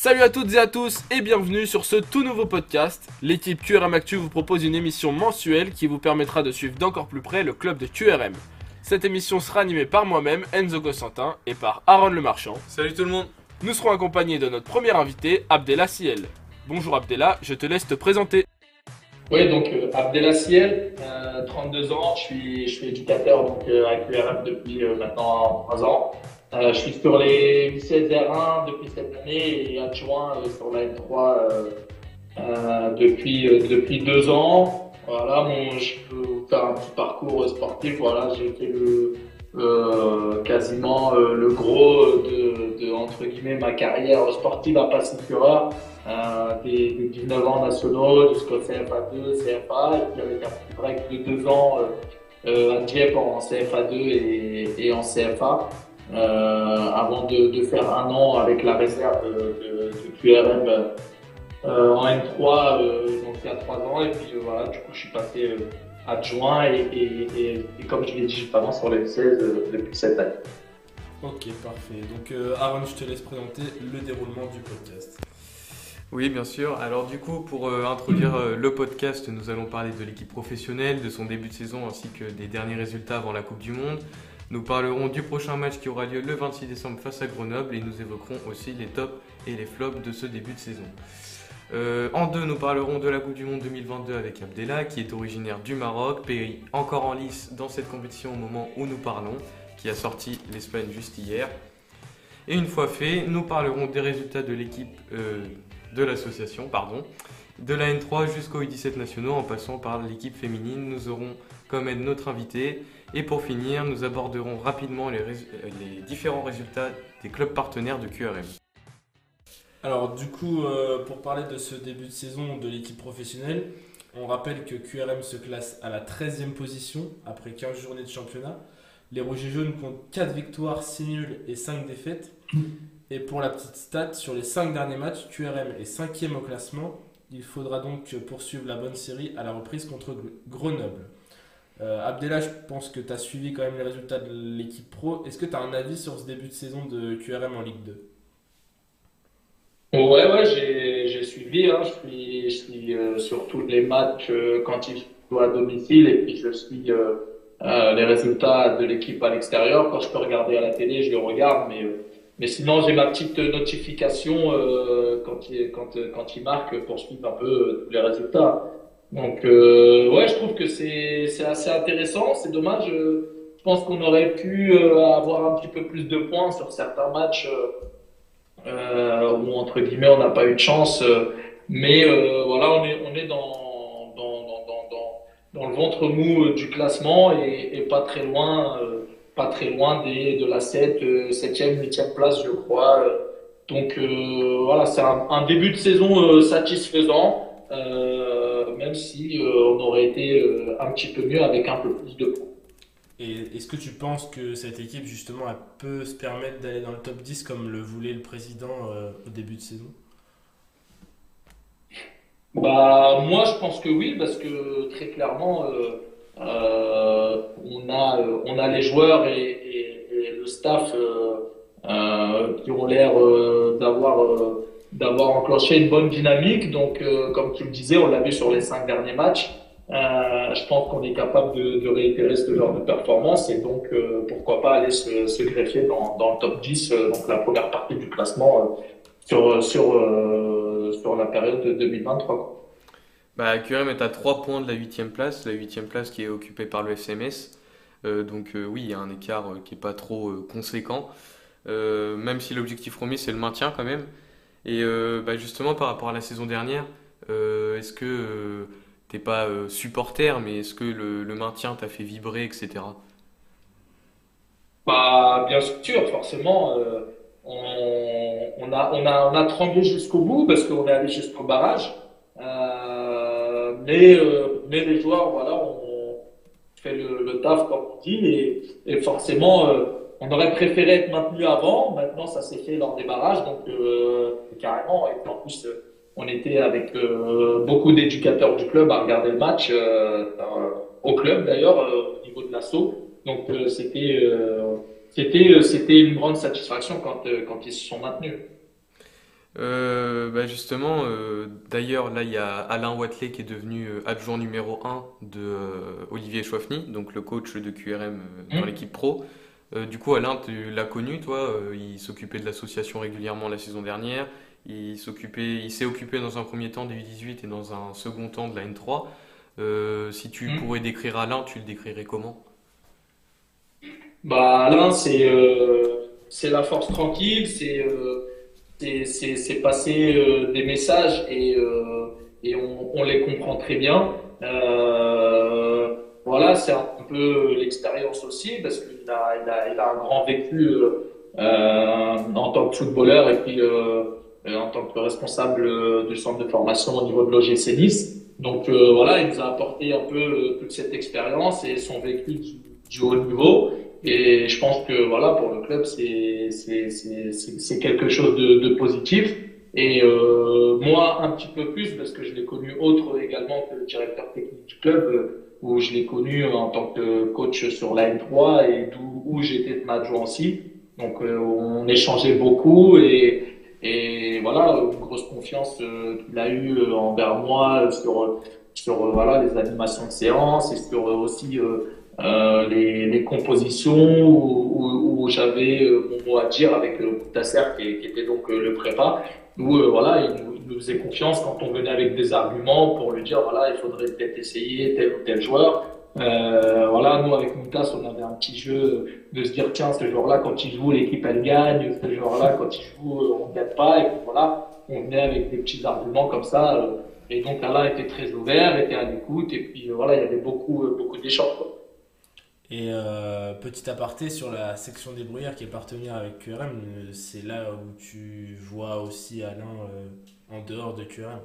Salut à toutes et à tous et bienvenue sur ce tout nouveau podcast. L'équipe QRM Actu vous propose une émission mensuelle qui vous permettra de suivre d'encore plus près le club de QRM. Cette émission sera animée par moi-même, Enzo Constantin, et par Aaron Le Marchand. Salut tout le monde. Nous serons accompagnés de notre premier invité, Abdellah Siel. Bonjour Abdellah, je te laisse te présenter. Oui, donc Abdellah Siel, 32 ans, je suis éducateur à QRM depuis maintenant 3 ans. Je suis sur les 16 R1 depuis cette année et adjoint sur la N3 depuis 2 ans. Voilà, je peux vous faire un petit parcours sportif. Voilà, j'ai fait quasiment le gros de entre guillemets ma carrière sportive à Passy-Fureur, des 19 ans nationaux jusqu'au CFA2, CFA, et puis avec un petit break de 2 ans à Dieppe en CFA2 et en CFA. Avant de faire 1 an avec la réserve de QRM en N3, donc il y a 3 ans, et puis voilà, du coup je suis passé adjoint et comme je l'ai dit juste avant sur les 16 depuis cette année. Ok, parfait. Donc Aaron, je te laisse présenter le déroulement du podcast. Oui, bien sûr. Alors du coup, pour introduire le podcast, nous allons parler de l'équipe professionnelle, de son début de saison ainsi que des derniers résultats avant la Coupe du Monde. Nous parlerons du prochain match qui aura lieu le 26 décembre face à Grenoble et nous évoquerons aussi les tops et les flops de ce début de saison. En deux, nous parlerons de la Coupe du Monde 2022 avec Abdellah qui est originaire du Maroc, pays encore en lice dans cette compétition au moment où nous parlons, qui a sorti l'Espagne juste hier. Et une fois fait, nous parlerons des résultats de l'équipe de l'association, de la N3 jusqu'aux U17 nationaux en passant par l'équipe féminine. Nous aurons comme aide notre invité. Et pour finir, nous aborderons rapidement les différents résultats des clubs partenaires de QRM. Alors du coup, pour parler de ce début de saison de l'équipe professionnelle, on rappelle que QRM se classe à la 13e position après 15 journées de championnat. Les Rouges et Jaunes comptent 4 victoires, 6 nuls et 5 défaites. Et pour la petite stat, sur les 5 derniers matchs, QRM est 5e au classement. Il faudra donc poursuivre la bonne série à la reprise contre Grenoble. Abdellah, je pense que tu as suivi quand même les résultats de l'équipe pro. Est-ce que tu as un avis sur ce début de saison de QRM en Ligue 2? Ouais, j'ai suivi, hein. Je suis sur tous les matchs quand ils jouent à domicile, et puis je suis les résultats de l'équipe à l'extérieur. Quand je peux regarder à la télé, je les regarde, mais sinon j'ai ma petite notification quand ils marquent pour suivre un peu tous les résultats. Donc ouais, je trouve que c'est assez intéressant. C'est dommage. Je pense qu'on aurait pu avoir un petit peu plus de points sur certains matchs où entre guillemets on n'a pas eu de chance. Mais voilà, on est dans le ventre mou du classement et pas très loin de la 7e, 8e place, je crois. Donc voilà, c'est un début de saison satisfaisant. Même si on aurait été un petit peu mieux avec un peu plus de points. Et est-ce que tu penses que cette équipe justement elle peut se permettre d'aller dans le top 10 comme le voulait le président au début de saison? Moi je pense que oui, parce que très clairement on a les joueurs et le staff qui ont l'air d'avoir enclenché une bonne dynamique. Donc, comme tu le disais, on l'a vu sur les 5 derniers matchs. Je pense qu'on est capable de réitérer ce genre de performance et donc pourquoi pas aller se greffer dans le top 10, donc la première partie du classement sur la période de 2023. Quoi. QRM est à 3 points de la 8e place, la 8e place qui est occupée par le FCMS. Donc oui, il y a un écart qui n'est pas trop conséquent, même si l'objectif remis c'est le maintien quand même. Et justement par rapport à la saison dernière, est-ce que t'es pas supporter, mais est-ce que le maintien t'a fait vibrer, etc. Bien sûr, forcément, on a tremblé jusqu'au bout parce qu'on est allé jusqu'au barrage. Mais les joueurs, voilà, ont fait le taf comme on dit et forcément, on aurait préféré être maintenu avant. Maintenant, ça s'est fait lors des barrages, donc carrément. Et puis en plus, on était avec beaucoup d'éducateurs du club à regarder le match au club d'ailleurs au niveau de l'asso. Donc c'était une grande satisfaction quand ils se sont maintenus. Justement, d'ailleurs, là, il y a Alain Watley qui est devenu adjoint numéro un de Olivier Chouafny, donc le coach de QRM dans Hmm. l'équipe pro. Du coup, Alain, tu l'as connu, toi, il s'occupait de l'association régulièrement la saison dernière. Il s'est occupé dans un premier temps des U18 et dans un second temps de la N3. Si tu Hmm. pourrais décrire Alain, tu le décrirais comment? Bah, Alain, c'est la force tranquille, c'est passer des messages et on les comprend très bien. Voilà, c'est un peu l'expérience aussi parce qu'il a un grand vécu en tant que footballeur et puis en tant que responsable du centre de formation au niveau de l'OGC Nice. Donc voilà, il nous a apporté un peu toute cette expérience et son vécu du haut niveau. Et je pense que voilà, pour le club, c'est quelque chose de positif. Et moi, un petit peu plus, parce que je l'ai connu autre également que le directeur technique du club, où je l'ai connu en tant que coach sur la N3 et où j'étais de adjoint aussi. Donc on échangeait beaucoup et voilà, une grosse confiance qu'il a eue envers moi sur voilà, les animations de séance et sur aussi les compositions où j'avais mon mot à dire avec Tasser qui était donc le prépa, où voilà, il nous faisait confiance quand on venait avec des arguments pour lui dire voilà, il faudrait peut-être essayer tel ou tel joueur. Voilà, nous avec Moutas, on avait un petit jeu de se dire tiens, ce joueur-là, quand il joue, l'équipe elle gagne, ce joueur-là, quand il joue, on ne gagne pas, et puis voilà, on venait avec des petits arguments comme ça. Et donc Alain était très ouvert, était à l'écoute, et puis voilà, il y avait beaucoup d'échanges, quoi. Et petit aparté sur la section des brouillards qui est partenaire avec QRM, c'est là où tu vois aussi Alain en dehors de QRM.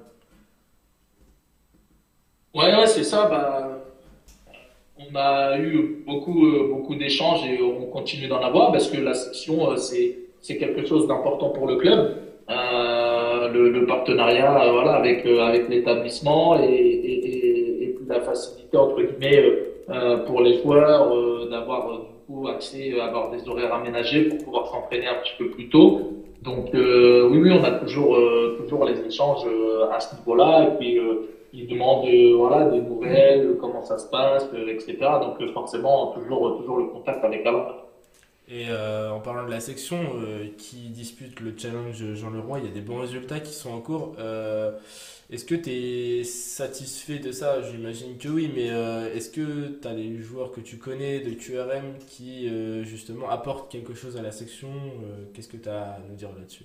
Ouais, c'est ça. Bah, on a eu beaucoup d'échanges et on continue d'en avoir parce que la section, c'est quelque chose d'important pour le club. Le partenariat, voilà, avec l'établissement et puis la facilité entre guillemets pour les joueurs d'avoir du coup accès à avoir des horaires aménagés pour pouvoir s'entraîner un petit peu plus tôt. Donc oui, oui, on a toujours les échanges à ce niveau-là et puis ils demandent voilà des nouvelles, comment ça se passe, etc. Donc forcément toujours le contact avec Alain. Et en parlant de la section qui dispute le challenge Jean Leroy, il y a des bons résultats qui sont en cours. Est-ce que tu es satisfait de ça? J'imagine que oui, mais est-ce que tu as des joueurs que tu connais de QRM qui justement apportent quelque chose à la section? Qu'est-ce que tu as à nous dire là-dessus?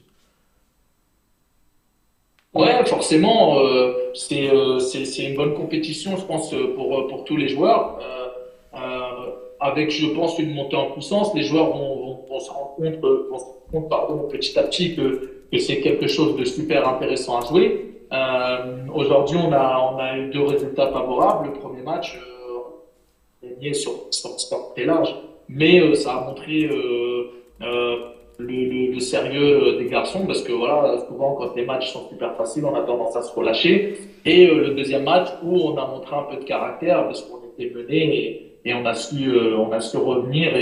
Ouais, forcément, c'est une bonne compétition, je pense, pour tous les joueurs. Avec, je pense, une montée en puissance, les joueurs vont se rendre compte, pardon, petit à petit que c'est quelque chose de super intéressant à jouer. Aujourd'hui, on a eu deux résultats favorables. Le premier match, gagné sur score très large, mais ça a montré le sérieux des garçons parce que voilà, souvent quand les matchs sont super faciles, on a tendance à se relâcher. Et le deuxième match où on a montré un peu de caractère parce qu'on était mené et on a su revenir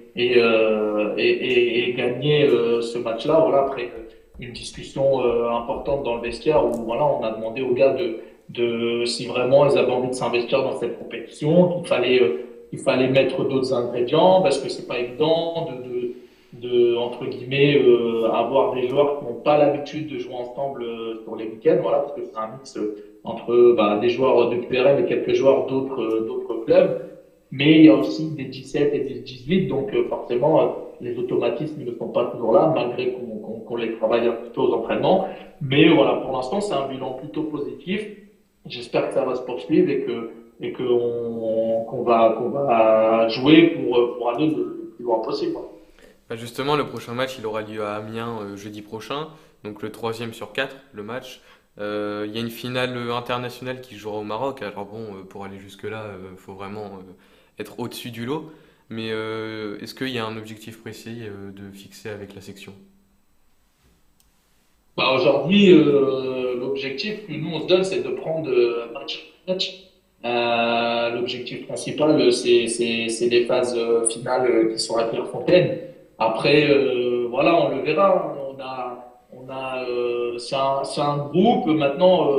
et gagner ce match-là. Voilà, après une discussion importante dans le vestiaire où voilà, on a demandé aux gars de si vraiment ils avaient envie de s'investir dans cette compétition, qu'il fallait mettre d'autres ingrédients parce que c'est pas évident de entre guillemets avoir des joueurs qui n'ont pas l'habitude de jouer ensemble sur les week-ends, voilà, parce que c'est un mix entre bah, des joueurs de QRM et quelques joueurs d'autres clubs, mais il y a aussi des 17 et des 18, donc forcément les automatismes ne sont pas toujours là malgré qu'on les travaille un petit peu aux entraînements, mais voilà, pour l'instant c'est un bilan plutôt positif. J'espère que ça va se poursuivre et qu'on va jouer pour aller le plus loin possible. Justement, le prochain match, il aura lieu à Amiens jeudi prochain, donc le troisième sur quatre, le match. Il y a une finale internationale qui se jouera au Maroc. Alors bon, pour aller jusque-là, il faut vraiment être au-dessus du lot. Mais est-ce qu'il y a un objectif précis de fixer avec la section? Bah, aujourd'hui, l'objectif que nous on se donne, c'est de prendre match par match. L'objectif principal, c'est les phases finales qui sont à Clairefontaine. Après, voilà, on le verra. On c'est un groupe. Maintenant,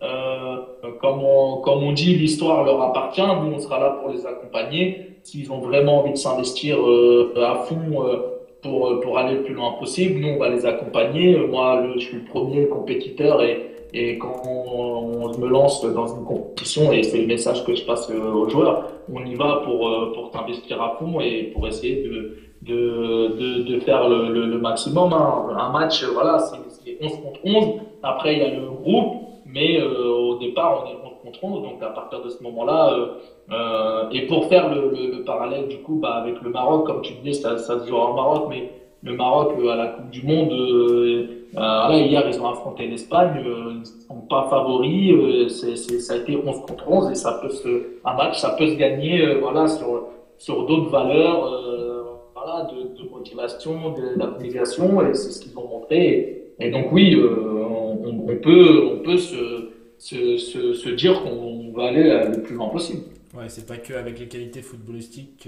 comme on dit, l'histoire leur appartient. Nous, on sera là pour les accompagner. S'ils ont vraiment envie de s'investir à fond pour aller le plus loin possible, nous, on va les accompagner. Moi, je suis le premier compétiteur et quand on me lance dans une compétition, et c'est le message que je passe aux joueurs, on y va pour t'investir à fond et pour essayer de faire le maximum. Hein. Un match, voilà, c'est 11 contre 11. Après, il y a le groupe, mais au départ, on est 11 contre 11. Donc, à partir de ce moment-là, et pour faire le parallèle, du coup, bah, avec le Maroc, comme tu disais, ça se joue au Maroc, mais le Maroc, à la Coupe du Monde, voilà, hier, ils ont affronté l'Espagne, ils ne sont pas favoris, ça a été 11 contre 11 et un match, ça peut se gagner, voilà, sur d'autres valeurs, voilà, de motivation, d'abnégation, et c'est ce qu'ils ont montré. Et donc, oui, on peut se dire qu'on va aller le plus loin possible. Ouais, c'est pas que avec les qualités footballistiques,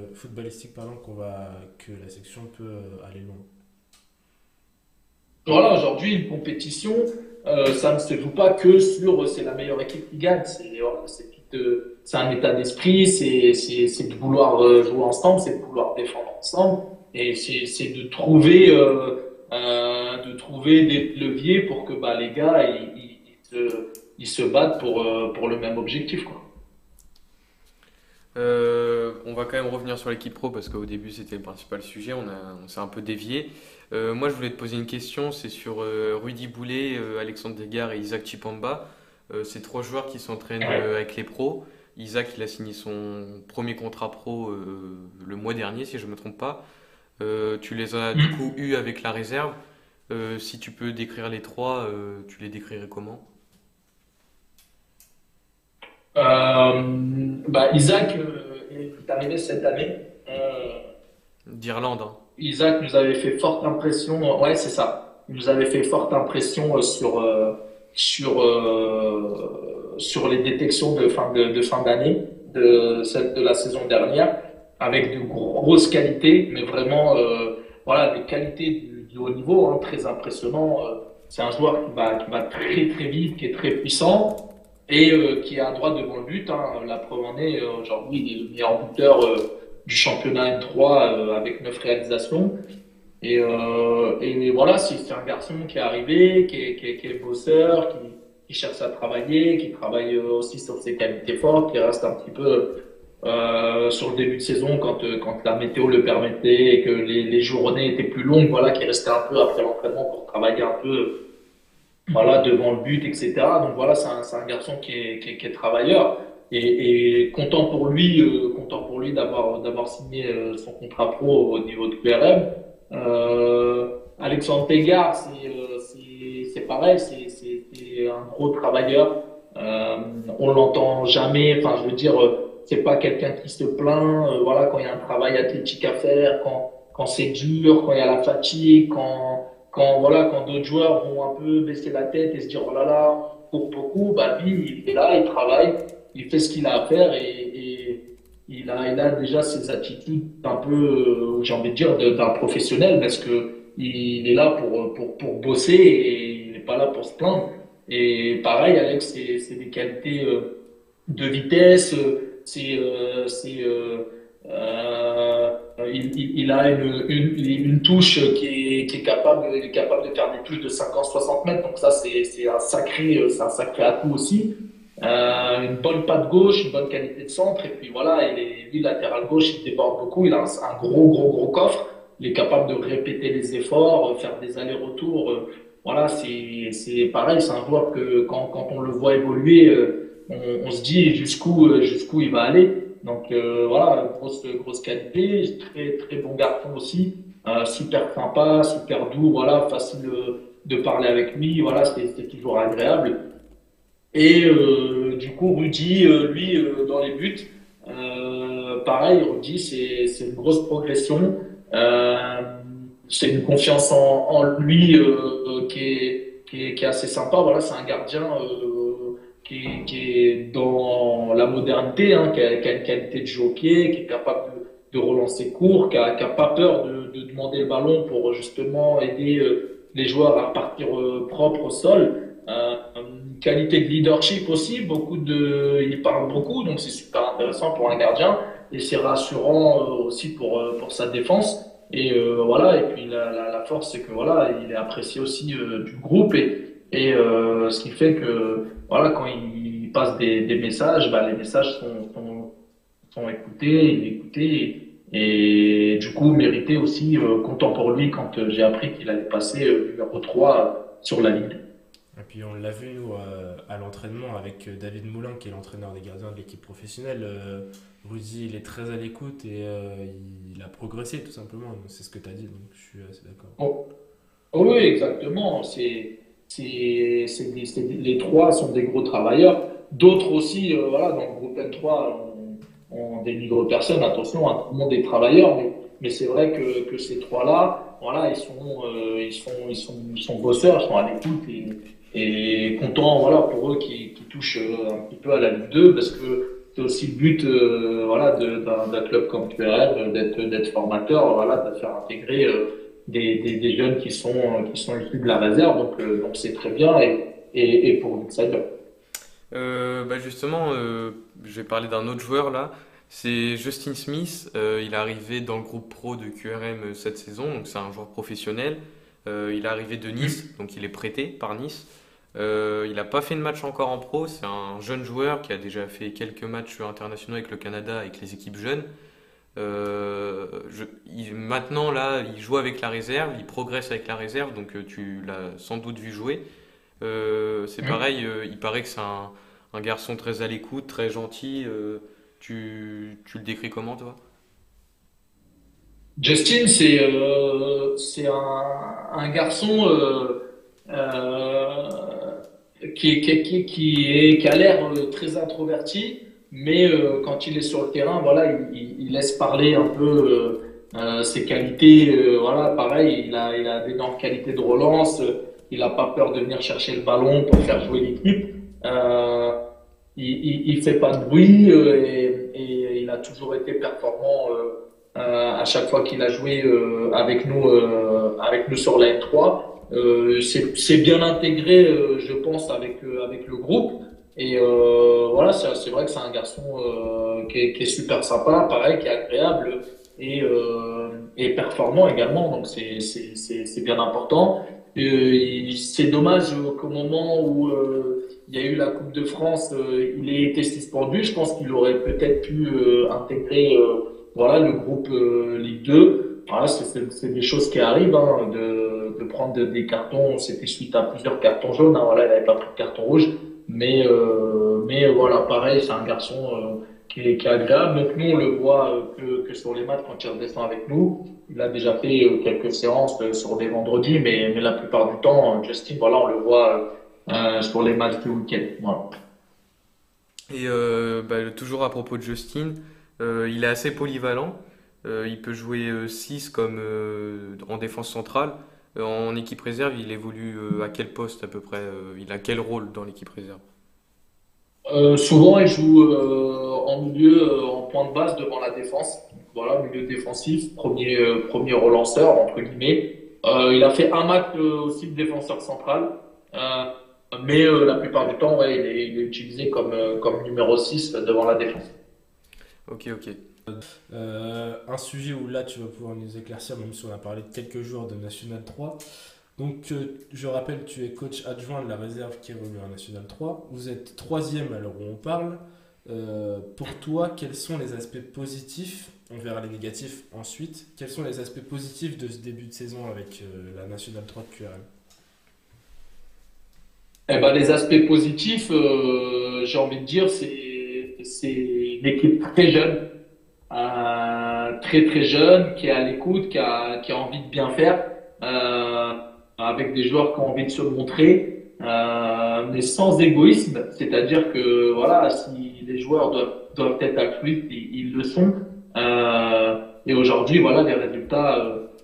que la section peut aller loin. Voilà, aujourd'hui, une compétition, ça ne se joue pas que sur c'est la meilleure équipe qui gagne. Voilà, c'est un état d'esprit, c'est de vouloir jouer ensemble, c'est de vouloir défendre ensemble, et c'est de trouver des leviers pour que bah, les gars ils se battent pour le même objectif, quoi. On va quand même revenir sur l'équipe pro parce qu'au début c'était le principal sujet, on s'est un peu dévié. Moi je voulais te poser une question, c'est sur Rudy Boulet, Alexandre Degard et Isaac Chipamba. Ces trois joueurs qui s'entraînent avec les pros. Isaac il a signé son premier contrat pro le mois dernier si je ne me trompe pas. Tu les as du coup eus avec la réserve. Si tu peux décrire les trois, tu les décrirais comment? Bah, Isaac est arrivé cette année. D'Irlande, hein. Isaac nous avait fait forte impression. Ouais, c'est ça. Il nous avait fait forte impression sur les détections de fin d'année, celle de la saison dernière, avec de grosses qualités, mais vraiment, voilà, des qualités du haut niveau, hein, très impressionnant. C'est un joueur qui va très très vite, qui est très puissant et qui est à droite devant le but. Hein. La preuve en est, aujourd'hui, il est le meilleur buteur du championnat N3 avec 9 réalisations. Et voilà, c'est un garçon qui est arrivé, qui est bosseur, qui cherche à travailler, qui travaille aussi sur ses qualités fortes, qui reste un petit peu sur le début de saison quand la météo le permettait et que les journées étaient plus longues, voilà, qui restait un peu après l'entraînement pour travailler un peu, voilà, devant le but, etc. Donc voilà, c'est un garçon qui est travailleur et content pour lui d'avoir signé son contrat pro au niveau de QRM. Alexandre Pégard, c'est pareil, c'est un gros travailleur. On l'entend jamais. Enfin, je veux dire, c'est pas quelqu'un qui se plaint. Voilà, quand il y a un travail athlétique à faire, quand c'est dur, quand il y a la fatigue, quand d'autres joueurs vont un peu baisser la tête et se dire oh là là, on court beaucoup, bah lui, il est là, il travaille, il fait ce qu'il a à faire et il a déjà ses attitudes un peu, j'ai envie de dire, d'un professionnel parce que il est là pour bosser et il n'est pas là pour se plaindre. Et pareil, Alex, c'est des qualités de vitesse, il a une touche qui est capable, il est capable de faire des touches de 50-60 mètres. Donc ça, c'est un sacré atout aussi. Une bonne patte gauche, une bonne qualité de centre. Et puis voilà, lui, latéral gauche, il déborde beaucoup. Il a un gros coffre. Il est capable de répéter les efforts, faire des allers-retours. Voilà, c'est pareil. C'est un joueur que quand on le voit évoluer, on se dit jusqu'où il va aller. Donc voilà, grosse qualité, très bon garçon aussi, super sympa, super doux, voilà, facile de parler avec lui, voilà, c'était toujours agréable. Et du coup, Rudy, lui, dans les buts, pareil, Rudy, c'est une grosse progression, c'est une confiance en lui qui est assez sympa, voilà, c'est un gardien qui est dans la modernité, hein, qui a une qualité de jeu au pied, qui est capable de relancer court, qui a pas peur de demander le ballon pour justement aider les joueurs à repartir propre au sol. Une qualité de leadership aussi, il parle beaucoup, donc c'est super intéressant pour un gardien et c'est rassurant aussi pour sa défense. Et voilà, et puis la force, c'est que voilà, il est apprécié aussi du groupe et ce qui fait que voilà, quand il passe des messages, bah, les messages sont écoutés et du coup mérités aussi, content pour lui quand j'ai appris qu'il allait passer numéro 3 sur la ligne. Et puis on l'a vu, nous, à l'entraînement avec David Moulin, qui est l'entraîneur des gardiens de l'équipe professionnelle. Rudy, il est très à l'écoute et il a progressé, tout simplement. C'est ce que tu as dit, donc je suis assez d'accord. Oh, oh oui, exactement. Les trois sont des gros travailleurs. D'autres aussi, voilà, dans le groupe N3, on dénigre personne. Attention, hein, tout le monde est travailleur, mais c'est vrai que ces trois-là, voilà, ils sont bosseurs, ils sont à l'écoute et contents, voilà, pour eux qui touchent un petit peu à la Ligue 2 parce que c'est aussi le but, voilà, d'un club comme QRM, d'être formateur, voilà, de faire intégrer des jeunes qui sont issus de la réserve, donc c'est très bien et pour l'Insider. Justement, je vais parler d'un autre joueur là. C'est Justin Smith. Il est arrivé dans le groupe pro de QRM cette saison, donc c'est un joueur professionnel. Il est arrivé de Nice, donc il est prêté par Nice. Il n'a pas fait de match encore en pro. C'est un jeune joueur qui a déjà fait quelques matchs internationaux avec le Canada, avec les équipes jeunes. Maintenant, là, il joue avec la réserve, il progresse avec la réserve, donc tu l'as sans doute vu jouer. C'est pareil, il paraît que c'est un garçon très à l'écoute, très gentil. Tu le décris comment, toi? Justin, c'est un garçon qui a l'air très introverti, mais quand il est sur le terrain, voilà, il laisse parler un peu ses qualités. Voilà, pareil, il a d'énormes qualités de relance. Il n'a pas peur de venir chercher le ballon pour faire jouer l'équipe. Euh, il fait pas de bruit et il a toujours été performant à chaque fois qu'il a joué avec nous sur la N3. C'est bien intégré, je pense, avec le groupe. Et voilà, c'est vrai que c'est un garçon qui est super sympa, pareil, qui est agréable et performant également. Donc c'est bien important. C'est dommage qu'au moment où il y a eu la Coupe de France, il ait été suspendu. Je pense qu'il aurait peut-être pu intégrer voilà, le groupe Ligue 2. Voilà, c'est des choses qui arrivent, hein, de prendre des cartons. C'était suite à plusieurs cartons jaunes. Hein, voilà, il n'avait pas pris de carton rouge. Mais voilà, pareil, c'est un garçon qui est agréable. Donc nous, on le voit que sur les matchs quand il redescend avec nous. Il a déjà fait quelques séances sur des vendredis, mais la plupart du temps, Justin, voilà, on le voit sur les matchs du week-end. Voilà. Et toujours à propos de Justin, il est assez polyvalent. Il peut jouer 6 comme en défense centrale. En équipe réserve, il évolue à quel poste à peu près? Il a quel rôle dans l'équipe réserve? Souvent, il joue en milieu, en point de base devant la défense. Donc, voilà, milieu défensif, premier relanceur entre guillemets. Il a fait un match aussi de défenseur central, euh, mais la plupart du temps, ouais, il est utilisé comme numéro 6 devant la défense. Ok, ok. Un sujet où là tu vas pouvoir nous éclaircir, même si on a parlé de quelques joueurs de National 3. Donc je rappelle, tu es coach adjoint de la réserve qui évolue en National 3. Vous êtes troisième à l'heure où on parle. Pour toi, quels sont les aspects positifs? On verra les négatifs ensuite. Quels sont les aspects positifs de ce début de saison avec la National 3 de QRM? Eh ben, les aspects positifs, j'ai envie de dire, c'est une équipe très jeune, très très jeune, qui est à l'écoute, qui a envie de bien faire, avec des joueurs qui ont envie de se montrer, mais sans égoïsme. C'est-à-dire que voilà, si les joueurs doivent être altruistes, ils le sont. Et aujourd'hui, voilà, les résultats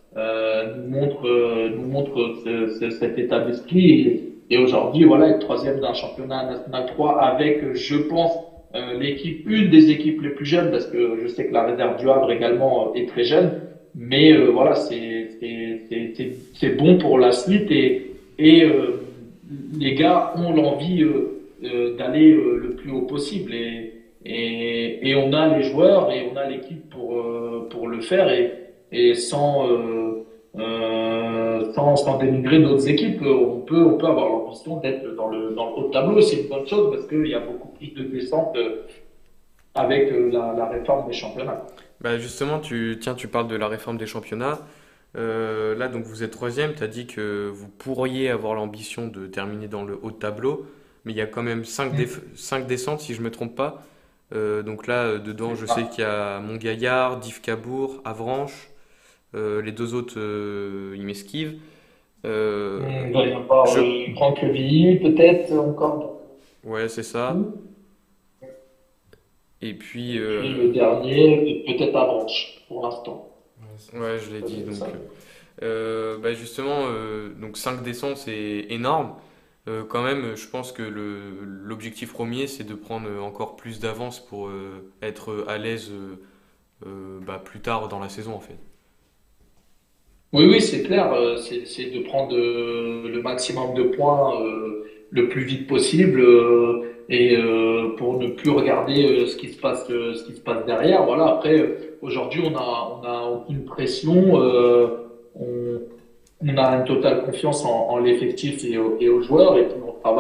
nous montrent cet état d'esprit. Et aujourd'hui, voilà, être troisième d'un championnat national 3 avec, je pense, une des équipes les plus jeunes, parce que je sais que la réserve du Havre également est très jeune. Mais voilà, c'est bon pour la suite et les gars ont l'envie d'aller le plus haut possible et on a les joueurs et on a l'équipe pour le faire et sans dénigrer d'autres équipes, on peut avoir l'ambition d'être dans le haut de tableau. C'est une bonne chose parce qu'il y a beaucoup plus de descente avec la réforme des championnats. Bah justement, tu parles de la réforme des championnats. Là, donc vous êtes troisième, tu as dit que vous pourriez avoir l'ambition de terminer dans le haut de tableau, mais il y a quand même cinq descentes, si je ne me trompe pas. Donc là, dedans, je sais qu'il y a Montgaillard, Div Cabourg, Avranches, les deux autres, ils m'esquivent. Il va y avoir Je... Franqueville, peut-être encore. Ouais, c'est ça. Et puis, Et puis le dernier, peut-être Avranches pour l'instant. ouais, je l'ai dit. C'est Donc, ça. bah justement, donc 5 descentes, c'est énorme. Quand même, je pense que l'objectif premier, c'est de prendre encore plus d'avance pour être à l'aise bah, plus tard dans la saison, en fait. Oui, oui, c'est clair. C'est de prendre le maximum de points le plus vite possible et pour ne plus regarder ce qui se passe derrière. Voilà. Après, aujourd'hui, on a aucune pression. On, on a une totale confiance en l'effectif et aux joueurs et puis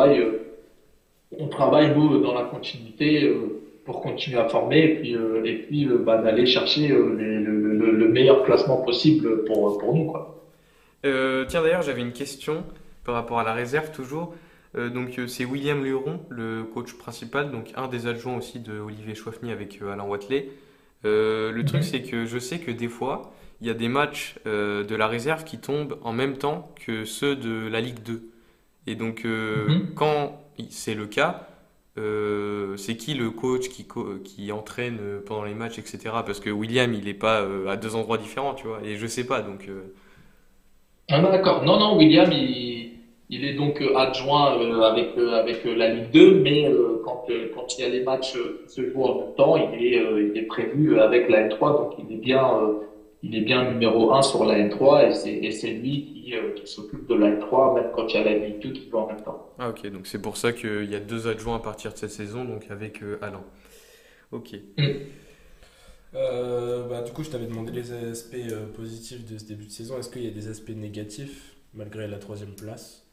on travaille nous dans la continuité pour continuer à former et puis bah, d'aller chercher le meilleur classement possible pour nous quoi. Tiens, d'ailleurs, j'avais une question par rapport à la réserve, toujours. C'est William Luron, le coach principal, donc un des adjoints aussi de Olivier Chouafny avec Alain Watelet. Le truc, c'est que je sais que des fois, il y a des matchs de la réserve qui tombent en même temps que ceux de la Ligue 2. Et donc, Mhm. quand c'est le cas, c'est qui le coach qui entraîne pendant les matchs, etc. Parce que William, il n'est pas à deux endroits différents, tu vois. Et je sais pas, donc... Ah, d'accord. Non, non, William, il est donc adjoint avec la Ligue 2, mais quand il y a les matchs qui se jouent en même temps, il est prévu avec la N3, donc il est bien numéro un sur la N3 et c'est lui qui s'occupe de la N3, même quand il y a la Ligue 2 qui joue en même temps. Ah ok, donc c'est pour ça qu'il y a deux adjoints à partir de cette saison, donc avec Alain. Ok. Mm. Bah, du coup, je t'avais demandé les aspects positifs de ce début de saison. Est-ce qu'il y a des aspects négatifs malgré la troisième place?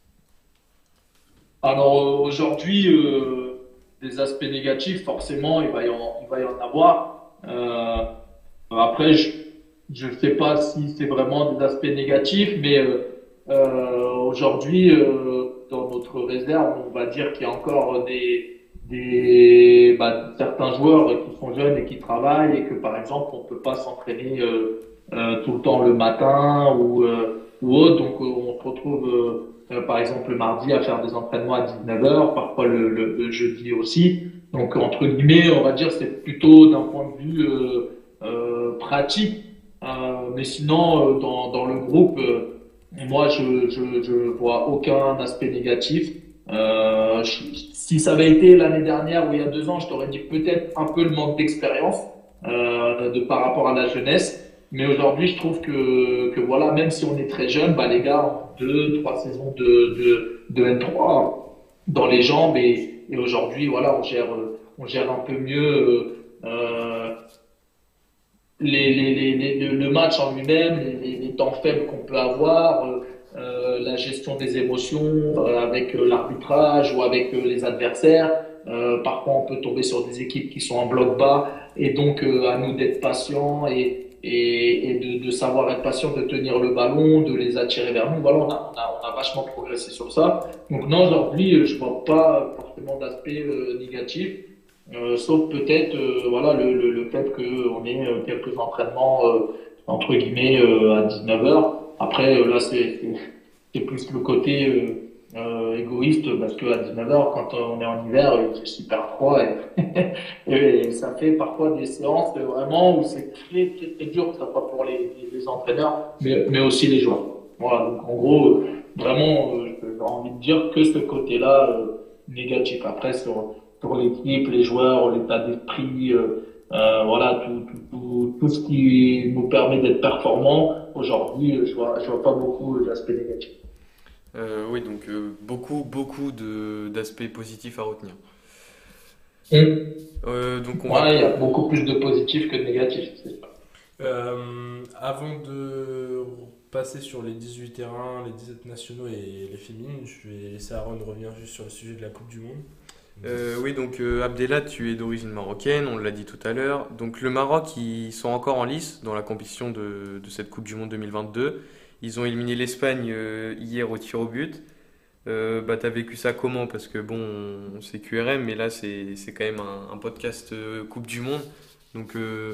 Alors aujourd'hui, des aspects négatifs, forcément, il va y en avoir. Après, je ne sais pas si c'est vraiment des aspects négatifs, mais aujourd'hui, dans notre réserve, on va dire qu'il y a encore certains joueurs qui sont jeunes et qui travaillent et que, par exemple, on peut pas s'entraîner tout le temps le matin ou autre. Donc, on se retrouve, par exemple, le mardi à faire des entraînements à 19 heures, parfois le jeudi aussi. Donc, entre guillemets, on va dire c'est plutôt d'un point de vue pratique. Mais sinon, dans le groupe, moi, je vois aucun aspect négatif. Si ça avait été l'année dernière ou il y a 2 ans, je t'aurais dit peut-être un peu le manque d'expérience de par rapport à la jeunesse. Mais aujourd'hui, je trouve que voilà, même si on est très jeune, bah, les gars ont 2, 3 saisons de N3 dans les jambes et aujourd'hui, voilà, on gère un peu mieux le match en lui-même, les temps faibles qu'on peut avoir, la gestion des émotions avec l'arbitrage ou avec les adversaires. Parfois, on peut tomber sur des équipes qui sont en bloc bas et donc à nous d'être patients et de savoir être patient, de tenir le ballon, de les attirer vers nous. Voilà, on a vachement progressé sur ça. Donc non, aujourd'hui, je vois pas forcément d'aspect négatif. Sauf peut-être voilà le fait qu'on ait quelques entraînements entre guillemets à 19 heures. Après là c'est plus le côté égoïste parce que à 19 heures quand on est en hiver il fait super froid et ça fait parfois des séances vraiment où c'est très dur que ce soit pour les entraîneurs mais aussi les joueurs. Voilà donc en gros vraiment j'ai envie de dire que ce côté-là négatif. Après sur l'équipe, les joueurs, l'état d'esprit, Voilà, tout ce qui nous permet d'être performants. Aujourd'hui, je vois pas beaucoup d'aspects négatifs. Oui, donc beaucoup d'aspects positifs à retenir. Mm. Donc on va Ouais, il y a beaucoup plus de positifs que de négatifs. C'est sûr. Avant de passer sur les 18 terrains, les 17 nationaux et les féminines, je vais laisser Aaron revenir juste sur le sujet de la Coupe du Monde. Oui, donc Abdellah, tu es d'origine marocaine, on l'a dit tout à l'heure. Donc le Maroc, ils sont encore en lice dans la compétition de cette Coupe du Monde 2022. Ils ont éliminé l'Espagne hier au tir au but. T'as vécu ça comment? Parce que bon, c'est QRM, mais là c'est quand même un podcast Coupe du Monde. Donc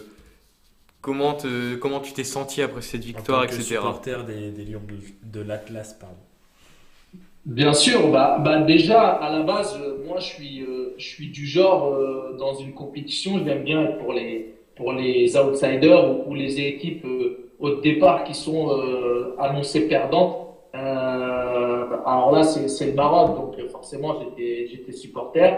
comment tu t'es senti après cette En tant victoire, que etc. supporter des Lions de l'Atlas, pardon. Bien sûr, déjà à la base, moi je suis du genre dans une compétition, j'aime bien être pour les outsiders ou les équipes au départ qui sont annoncées perdantes. Alors là, c'est le Maroc, donc forcément j'étais supporter.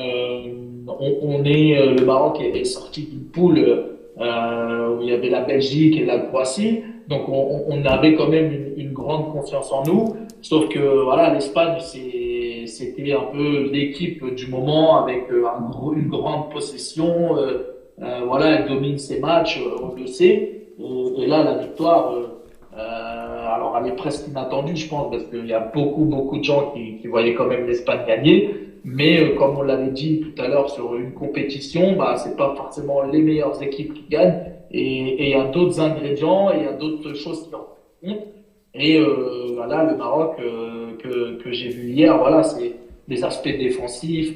Le Maroc est sorti d'une poule où il y avait la Belgique et la Croatie, donc on avait quand même une grande confiance en nous. Sauf que voilà, l'Espagne, c'était un peu l'équipe du moment avec une grande possession. Voilà, elle domine ses matchs, on le sait. Et là, la victoire, alors elle est presque inattendue, je pense, parce qu'il y a beaucoup de gens qui voyaient quand même l'Espagne gagner. Mais comme on l'avait dit tout à l'heure sur une compétition, c'est pas forcément les meilleures équipes qui gagnent. Et il y a d'autres ingrédients, et il y a d'autres choses qui en comptent. Et voilà, le Maroc que j'ai vu hier, voilà, c'est des aspects défensifs,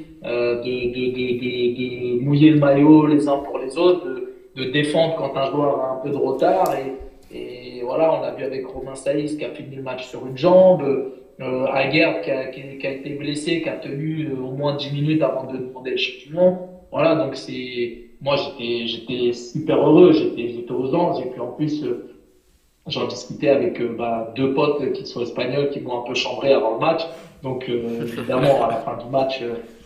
de mouiller le maillot les uns pour les autres, de défendre quand un joueur a un peu de retard. Et voilà, on a vu avec Romain Saïs qui a fini le match sur une jambe, Aguerd qui a été blessé, qui a tenu au moins 10 minutes avant de demander le changement. Voilà, donc moi j'étais super heureux, j'étais aux anges et puis en plus j'en discutais avec deux potes qui sont espagnols qui m'ont un peu chambré avant le match. Donc évidemment à la fin du match,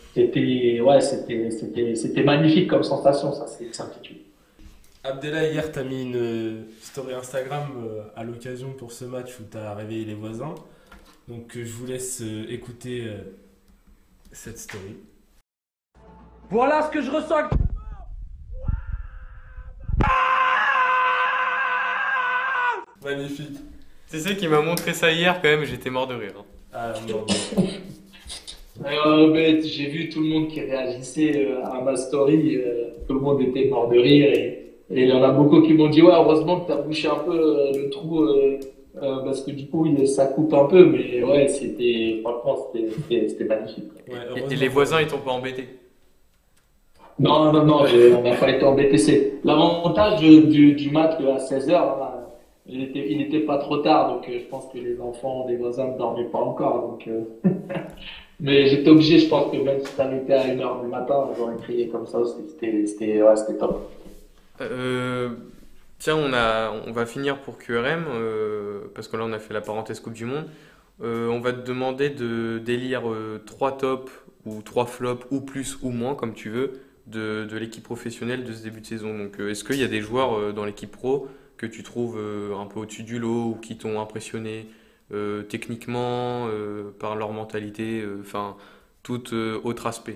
c'était magnifique comme sensation, ça c'est une certitude. Abdellah, hier, t'as mis une story Instagram à l'occasion pour ce match où t'as réveillé les voisins. Donc, je vous laisse écouter cette story. Voilà ce que je ressens. Magnifique. C'est ça qui m'a montré ça hier quand même, j'étais mort de rire. Hein. Ah, non. J'ai vu tout le monde qui réagissait à ma story, tout le monde était mort de rire et il y en a beaucoup qui m'ont dit ouais heureusement que t'as bouché un peu le trou parce que du coup ça coupe un peu mais ouais franchement c'était magnifique. Ouais, Et les voisins ils t'ont pas embêté? Non, on n'a pas été embêtés. C'est l'avantage du match à 16h. Il n'était pas trop tard, donc je pense que les enfants des voisins ne dormaient pas encore. Donc, mais j'étais obligé, je pense que même si ça était à 1h du matin, j'aurais crié comme ça aussi. C'était top. Euh, Tiens, on va finir pour QRM, parce que là on a fait la parenthèse Coupe du Monde. On va te demander d'élire 3 tops ou 3 flops ou plus ou moins, comme tu veux, de l'équipe professionnelle de ce début de saison. Donc est-ce qu'il y a des joueurs dans l'équipe pro que tu trouves un peu au-dessus du lot ou qui t'ont impressionné techniquement, par leur mentalité, enfin tout autre aspect?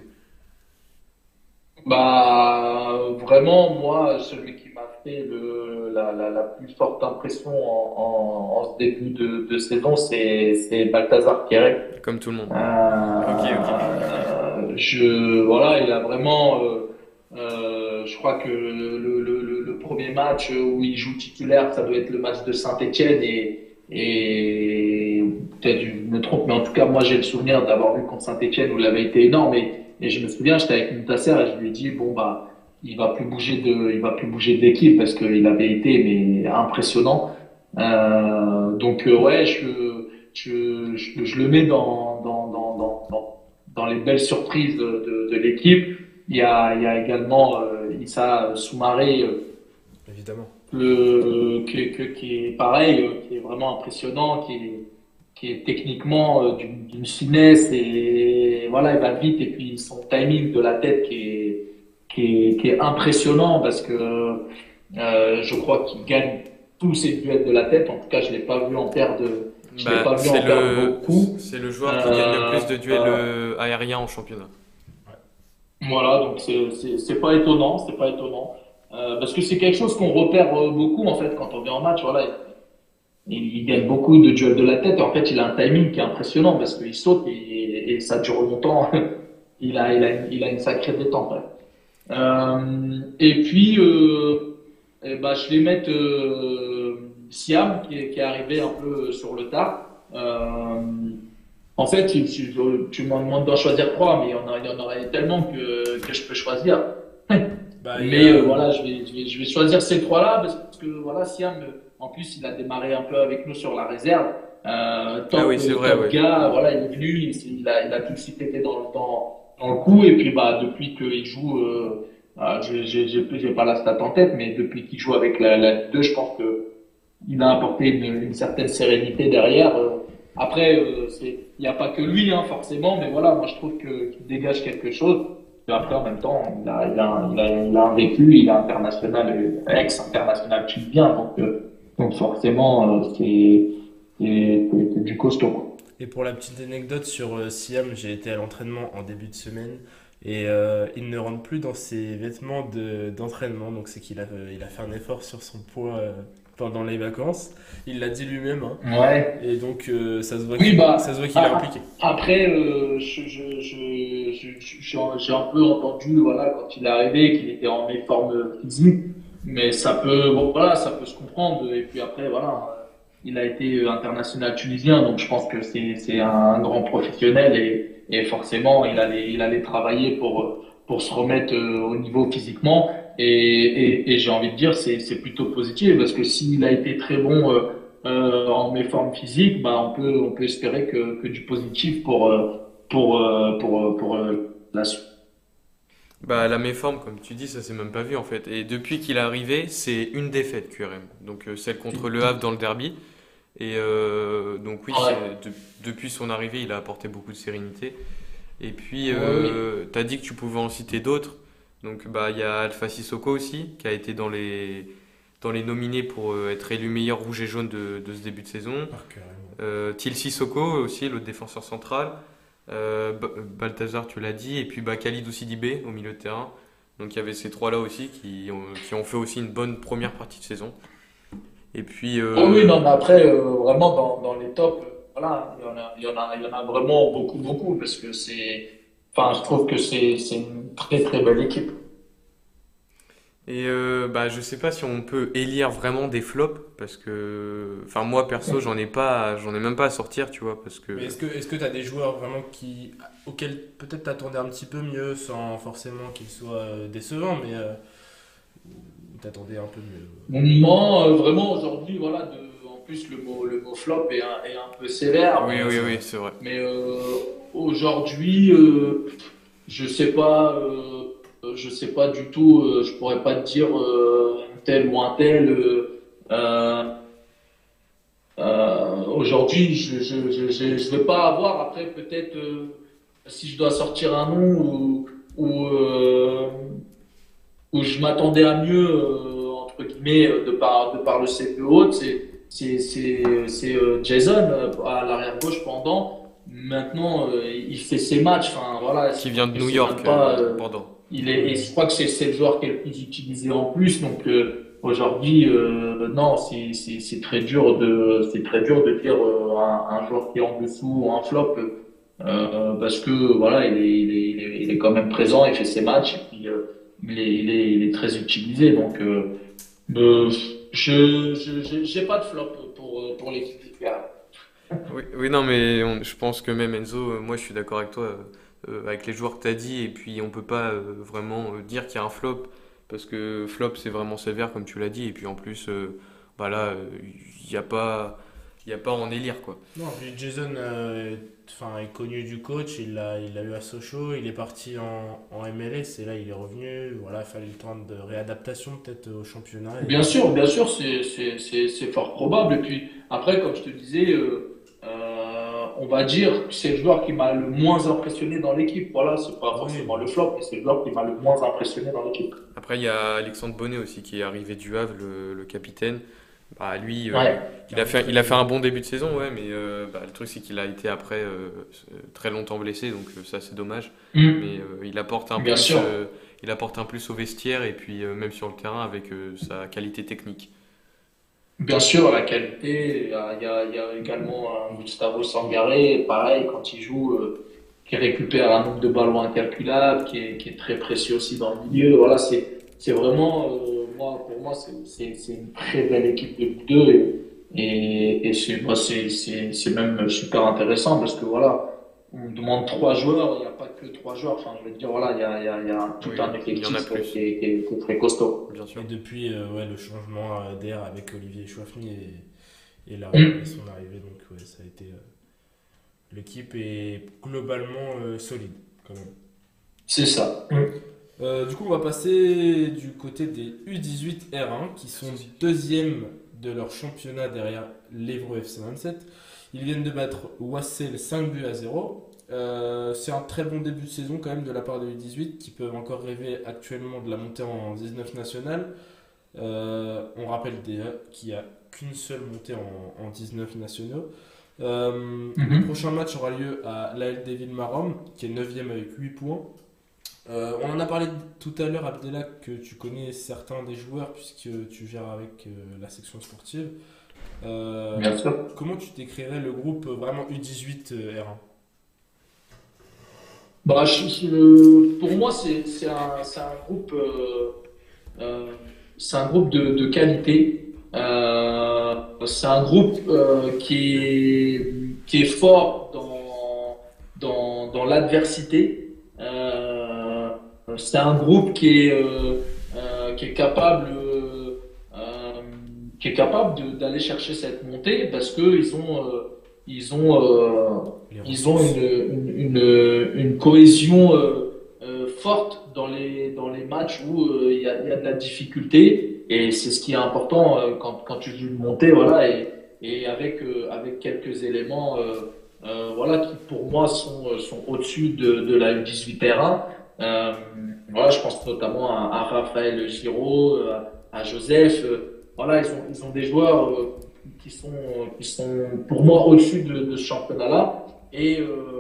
Vraiment, moi, celui qui m'a fait la plus forte impression en ce début de saison, c'est Balthazar Pierret. Comme tout le monde. Ok, ok. Voilà, il a vraiment, je crois que le premier match où il joue titulaire, ça doit être le match de Saint-Étienne et peut-être je me trompe, mais en tout cas, moi, j'ai le souvenir d'avoir vu contre Saint-Étienne où il avait été énorme et je me souviens, j'étais avec Mountasser et je lui ai dit, il va plus bouger d'équipe parce qu'il avait été, mais impressionnant. Ouais, je le mets dans les belles surprises de l'équipe. Il y a également Issa Soumaré, Évidemment. qui est pareil, qui est vraiment impressionnant, qui est techniquement d'une finesse et voilà, il va vite et puis son timing de la tête qui qui est impressionnant parce que je crois qu'il gagne tous ses duels de la tête. En tout cas, je l'ai pas vu en perdre, je l'ai pas vu en perdre beaucoup. C'est le joueur qui gagne le plus de duels aériens en championnat. Voilà, donc c'est pas étonnant, c'est pas étonnant. Parce que c'est quelque chose qu'on repère beaucoup en fait quand on vient en match. Voilà, il gagne beaucoup de duels de la tête. Et en fait, il a un timing qui est impressionnant parce qu'il saute et ça dure longtemps. Il a une sacrée détente. Ouais. Et puis, je vais mettre Siam qui est arrivé un peu sur le tard. En fait, tu m'en demandes d'en choisir trois, mais il y en aurait tellement que je peux choisir. Voilà, je vais choisir ces trois-là parce que voilà, Siam, en plus, il a démarré un peu avec nous sur la réserve. Top gars, voilà, il est venu, il a tout de suite été dans le coup et puis depuis qu'il joue, j'ai pas la stat en tête, mais depuis qu'il joue avec la Ligue 2, je pense que il a apporté une certaine sérénité derrière. Après, il n'y a pas que lui, hein, forcément, mais voilà, moi je trouve qu'il dégage quelque chose. Et après, en même temps, il a un vécu, il est international, ex-international tunisien, donc forcément, c'est du costaud, quoi. Et pour la petite anecdote sur Siam, j'ai été à l'entraînement en début de semaine et il ne rentre plus dans ses vêtements d'entraînement, donc c'est qu'il il a fait un effort sur son poids pendant les vacances. Il l'a dit lui-même, hein. Ouais. Et donc ça se voit ça se voit qu'il est impliqué. Après, j'ai un peu entendu, voilà, quand il est arrivé, qu'il était en méforme physique, mais ça peut se comprendre. Et puis après, voilà. Il a été international tunisien, donc je pense que c'est un grand professionnel et forcément il allait travailler pour se remettre au niveau physiquement et j'ai envie de dire c'est plutôt positif parce que s'il a été très bon en méforme physique, on peut espérer que du positif pour la suite. La méforme, comme tu dis, ça s'est même pas vu en fait. Et depuis qu'il est arrivé, c'est une défaite QRM. Donc celle contre Le Havre dans le derby. Et donc oui, depuis son arrivée, il a apporté beaucoup de sérénité. Et puis, tu as dit que tu pouvais en citer d'autres. Donc il y a Alpha Sissoko aussi, qui a été dans les nominés pour être élu meilleur rouge et jaune de ce début de saison. Til Sissoko aussi, le défenseur central. Balthazar, tu l'as dit. Et puis Khalidou Sidibé au milieu de terrain. Donc il y avait ces trois-là aussi qui ont fait aussi une bonne première partie de saison. Et puis. Oui, non, mais après, vraiment, dans les tops, voilà, il y en a vraiment beaucoup, beaucoup, parce que je trouve que c'est une très, très belle équipe. Et je sais pas si on peut élire vraiment des flops, parce que. Enfin, moi, perso, j'en ai même pas à sortir, tu vois, parce que. Mais est-ce que tu as des joueurs vraiment auxquels peut-être t'attendais un petit peu mieux, sans forcément qu'ils soient décevants, mais. T'attendais un peu mieux? Non, vraiment aujourd'hui, voilà, en plus le mot flop est un peu sévère. Oui, c'est vrai. Mais aujourd'hui, je sais pas, je sais pas du tout, je pourrais pas te dire un tel ou un tel. Aujourd'hui, je vais pas avoir. Après, peut-être si je dois sortir un nom où je m'attendais à mieux, entre guillemets, de par le CV haute, c'est Jason à l'arrière gauche pendant. Maintenant, il fait ses matchs. Enfin, voilà, qui vient de New York pendant. Et je crois que c'est le joueur qui est le plus utilisé en plus. Donc aujourd'hui, non, c'est très dur de dire un joueur qui est en dessous ou un flop. Parce que voilà, il est quand même présent, il fait ses matchs et puis il est très utilisé. Donc j'ai pas de flop pour l'équipe du Real. Oui, non, mais je pense que même Enzo, moi je suis d'accord avec toi, avec les joueurs que tu as dit, et puis on peut pas vraiment dire qu'il y a un flop, parce que flop c'est vraiment sévère comme tu l'as dit, et puis en plus, il n'y a pas à en élire quoi. Non, puis Jason est connu du coach, il l'a eu à Sochaux, il est parti en MLS et là il est revenu. Voilà, il fallait le temps de réadaptation peut-être au championnat. Bien sûr, c'est fort probable. Et puis après, comme je te disais, on va dire que c'est le joueur qui m'a le moins impressionné dans l'équipe. Voilà, c'est pas forcément le flop, mais c'est le joueur qui m'a le moins impressionné dans l'équipe. Après, il y a Alexandre Bonnet aussi qui est arrivé du Havre, le capitaine. Bah, lui, Ouais. il a fait un bon début de saison, ouais, mais le truc c'est qu'il a été après très longtemps blessé, donc ça c'est dommage. Mm. Mais Bien sûr. il apporte un plus au vestiaire et puis même sur le terrain avec sa qualité technique. Bien sûr, la qualité. Il y a également un Gustavo Sangaré, pareil, quand il joue, qui récupère un nombre de ballons incalculable, qui est très précieux aussi dans le milieu. Voilà, c'est vraiment, pour moi, c'est une très belle équipe de Ligue 2 et c'est même super intéressant parce que voilà, on demande 3 joueurs, il n'y a pas que 3 joueurs. Enfin, je veux dire, voilà, il y a tout Oui, un il y en a effectif plus. qui est très costaud. Bien sûr. Et depuis le changement d'air avec Olivier Chouafny et son arrivée, donc ouais, ça a été. L'équipe est globalement solide quand même. C'est ça. Du coup, on va passer du côté des U18 R1 qui sont deuxièmes de leur championnat derrière l'Évreux FC 27. Ils viennent de battre Wassel 5-0. C'est un très bon début de saison quand même de la part des U18 qui peuvent encore rêver actuellement de la montée en 19 nationale. On rappelle déjà qu'il n'y a qu'une seule montée en 19 nationaux. Le prochain match aura lieu à l'AL Deville-Marom qui est 9ème avec 8 points. On en a parlé tout à l'heure, Abdellah, que tu connais certains des joueurs puisque tu gères avec la section sportive. Bien sûr. Comment tu décrirais le groupe vraiment U18 R1? Bah, pour moi, c'est un groupe, c'est un groupe de qualité. C'est un groupe qui est fort dans l'adversité. C'est un groupe qui est capable d'aller chercher cette montée parce que ils ont une cohésion forte dans les matchs où il y a de la difficulté et c'est ce qui est important quand tu joues une montée, voilà, et avec quelques éléments voilà, qui pour moi sont au-dessus de la U18 R1. Voilà, je pense notamment à Raphaël Giraud, à Joseph. Voilà, ils ont des joueurs qui sont pour moi au-dessus de ce championnat-là. Et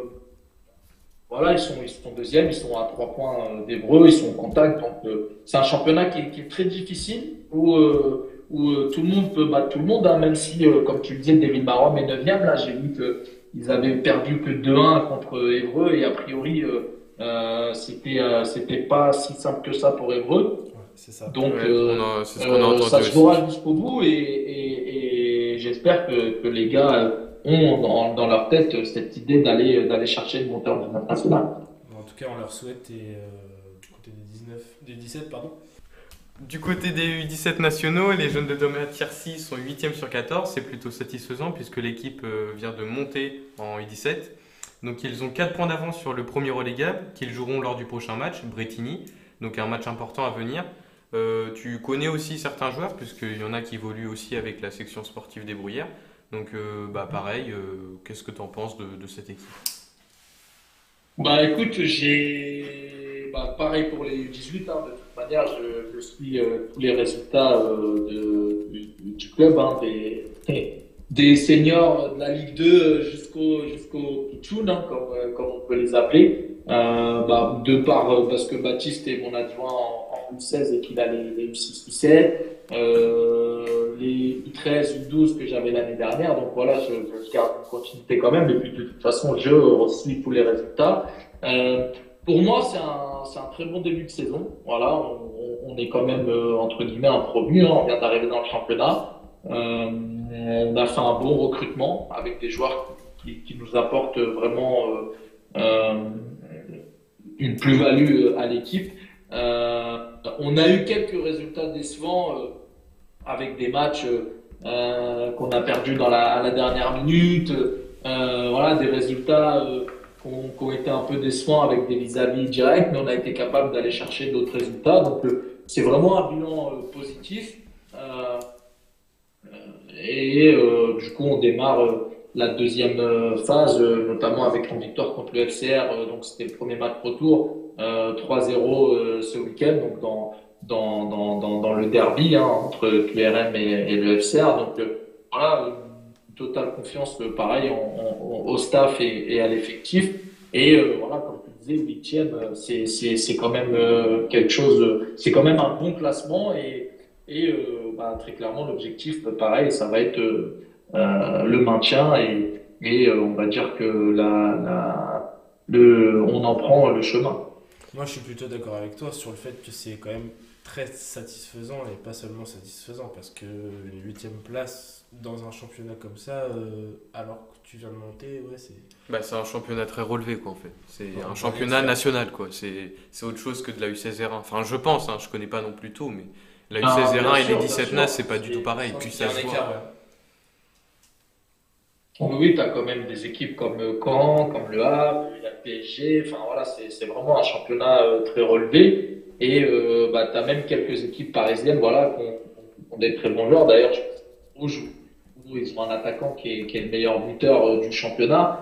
voilà, ils sont deuxièmes, ils sont à 3 points d'Évreux, ils sont en contact. Donc c'est un championnat qui est très difficile où tout le monde peut battre tout le monde, hein, même si, comme tu le disais, Deville-Marom est 9e. Là, j'ai vu qu'ils avaient perdu que 2-1 contre Évreux et a priori c'était pas si simple que ça pour Évreux. Ouais, c'est ça. Donc c'est ce qu'on a entendu ça se aussi. jouera jusqu'au bout et j'espère que les gars ont dans leur tête cette idée d'aller chercher une montée en 19 nationale. En tout cas, on leur souhaite et du côté des 17, pardon. Du côté des U17 nationaux, les jeunes de Doméa Tiercy sont 8e sur 14. C'est plutôt satisfaisant puisque l'équipe vient de monter en U17. Donc ils ont 4 points d'avance sur le premier relégable qu'ils joueront lors du prochain match, Bretigny. Donc un match important à venir. Tu connais aussi certains joueurs puisqu'il y en a qui évoluent aussi avec la section sportive des Bruyères. Donc pareil, qu'est-ce que tu en penses de cette équipe? Bah écoute, pareil pour les 18, hein, de toute manière, je suis tous les résultats du club, hein, des seniors de la Ligue 2 jusqu'au Pitchoun, hein, comme on peut les appeler. Parce que Baptiste est mon adjoint en U16 et qu'il a les U6, U7, les U13, U12 que j'avais l'année dernière. Donc voilà, je garde une continuité quand même. Et puis de toute façon, je suis tous les résultats. Pour moi, c'est un très bon début de saison. Voilà, on est quand même entre guillemets un promu. Hein, on vient d'arriver dans le championnat. On a fait un bon recrutement avec des joueurs qui nous apportent vraiment une plus-value à l'équipe. On a eu quelques résultats décevants avec des matchs qu'on a perdus à la dernière minute. Voilà, des résultats qui ont été un peu décevants avec des vis-à-vis directs, mais on a été capable d'aller chercher d'autres résultats. Donc c'est vraiment un bilan positif. Du coup, on démarre la deuxième phase, notamment avec une victoire contre le FCR. Donc c'était le premier match retour, 3-0 ce week-end, donc dans le derby entre QRM et le FCR. Donc voilà, une totale confiance, pareil, au staff et à l'effectif. Et voilà, comme tu disais, huitième, c'est quand même quelque chose, c'est quand même un bon classement et très clairement l'objectif, pareil, ça va être le maintien et on va dire que on en prend le chemin. Moi, je suis plutôt d'accord avec toi sur le fait que c'est quand même très satisfaisant et pas seulement satisfaisant parce que une huitième place dans un championnat comme ça, alors que tu viens de monter, ouais, c'est. Bah, c'est un championnat très relevé, quoi, en fait. C'est Ouais, un on peut rien championnat faire. national, quoi. C'est autre chose que de la U16 R1. Enfin, je pense, je connais pas non plus tout, mais la Ah, U16 bien R1 et les sûr, bien 17 sûr. NAS, c'est pas du tout pareil. Puis Il y a ça un se voit. écart, ouais. Oui, tu as quand même des équipes comme Caen, comme Le Havre, il y a le PSG. Enfin voilà, c'est vraiment un championnat très relevé. Et tu as même quelques équipes parisiennes voilà, qui ont des très bons joueurs. D'ailleurs, je pense que Rouge, où ils ont un attaquant qui est le meilleur buteur du championnat.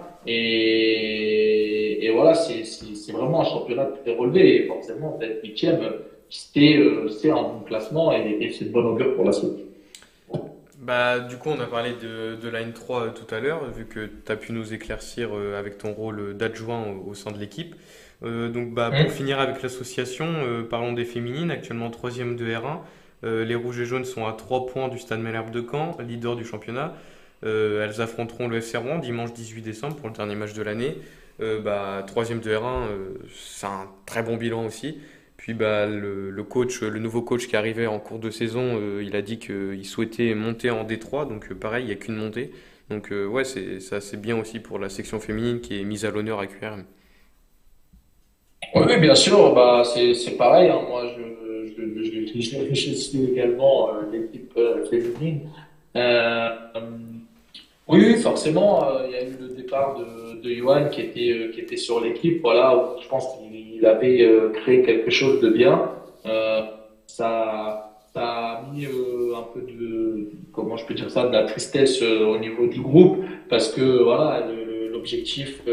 Et voilà, c'est vraiment un championnat très relevé. Et forcément, d'être huitième, c'est un bon classement et c'est de bonne augure pour la suite. Bah, du coup, on a parlé de la N3 tout à l'heure, vu que tu as pu nous éclaircir avec ton rôle d'adjoint au sein de l'équipe. Donc, bah, pour Hum. finir avec l'association, parlons des féminines, actuellement troisième de R1. Les Rouges et Jaunes sont à 3 points du Stade Malherbe de Caen, leader du championnat. Elles affronteront le FC Rouen dimanche 18 décembre pour le dernier match de l'année. Bah, troisième de R1, c'est un très bon bilan aussi. Puis bah, le coach, le nouveau coach qui arrivait en cours de saison, il a dit qu'il souhaitait monter en D3, donc pareil, il n'y a qu'une montée. Donc ouais, c'est bien aussi pour la section féminine qui est mise à l'honneur à QRM. Oui, oui, bien sûr, bah, c'est pareil. Moi, je suis également l'équipe féminine. Euh, oui, oui, forcément, il y a eu le départ de Johan qui était sur l'équipe. Voilà, où je pense qu'il avait créé quelque chose de bien. Euh, ça a mis un peu comment je peux dire ça, de la tristesse au niveau du groupe parce que voilà, l'objectif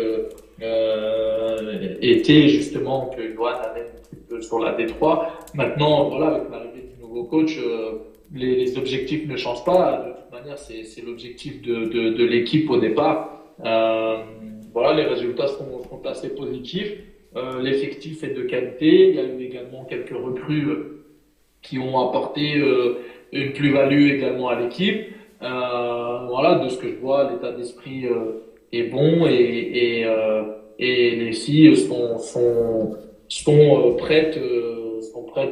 était justement que Johan allait un petit peu sur la D3. Maintenant, voilà, avec l'arrivée du nouveau coach, les objectifs ne changent pas. De toute manière, c'est l'objectif de l'équipe au départ. Voilà, les résultats sont assez positifs. L'effectif est de qualité. Il y a eu également quelques recrues qui ont apporté une plus-value également à l'équipe. Voilà, de ce que je vois, l'état d'esprit est bon et les filles sont prêtes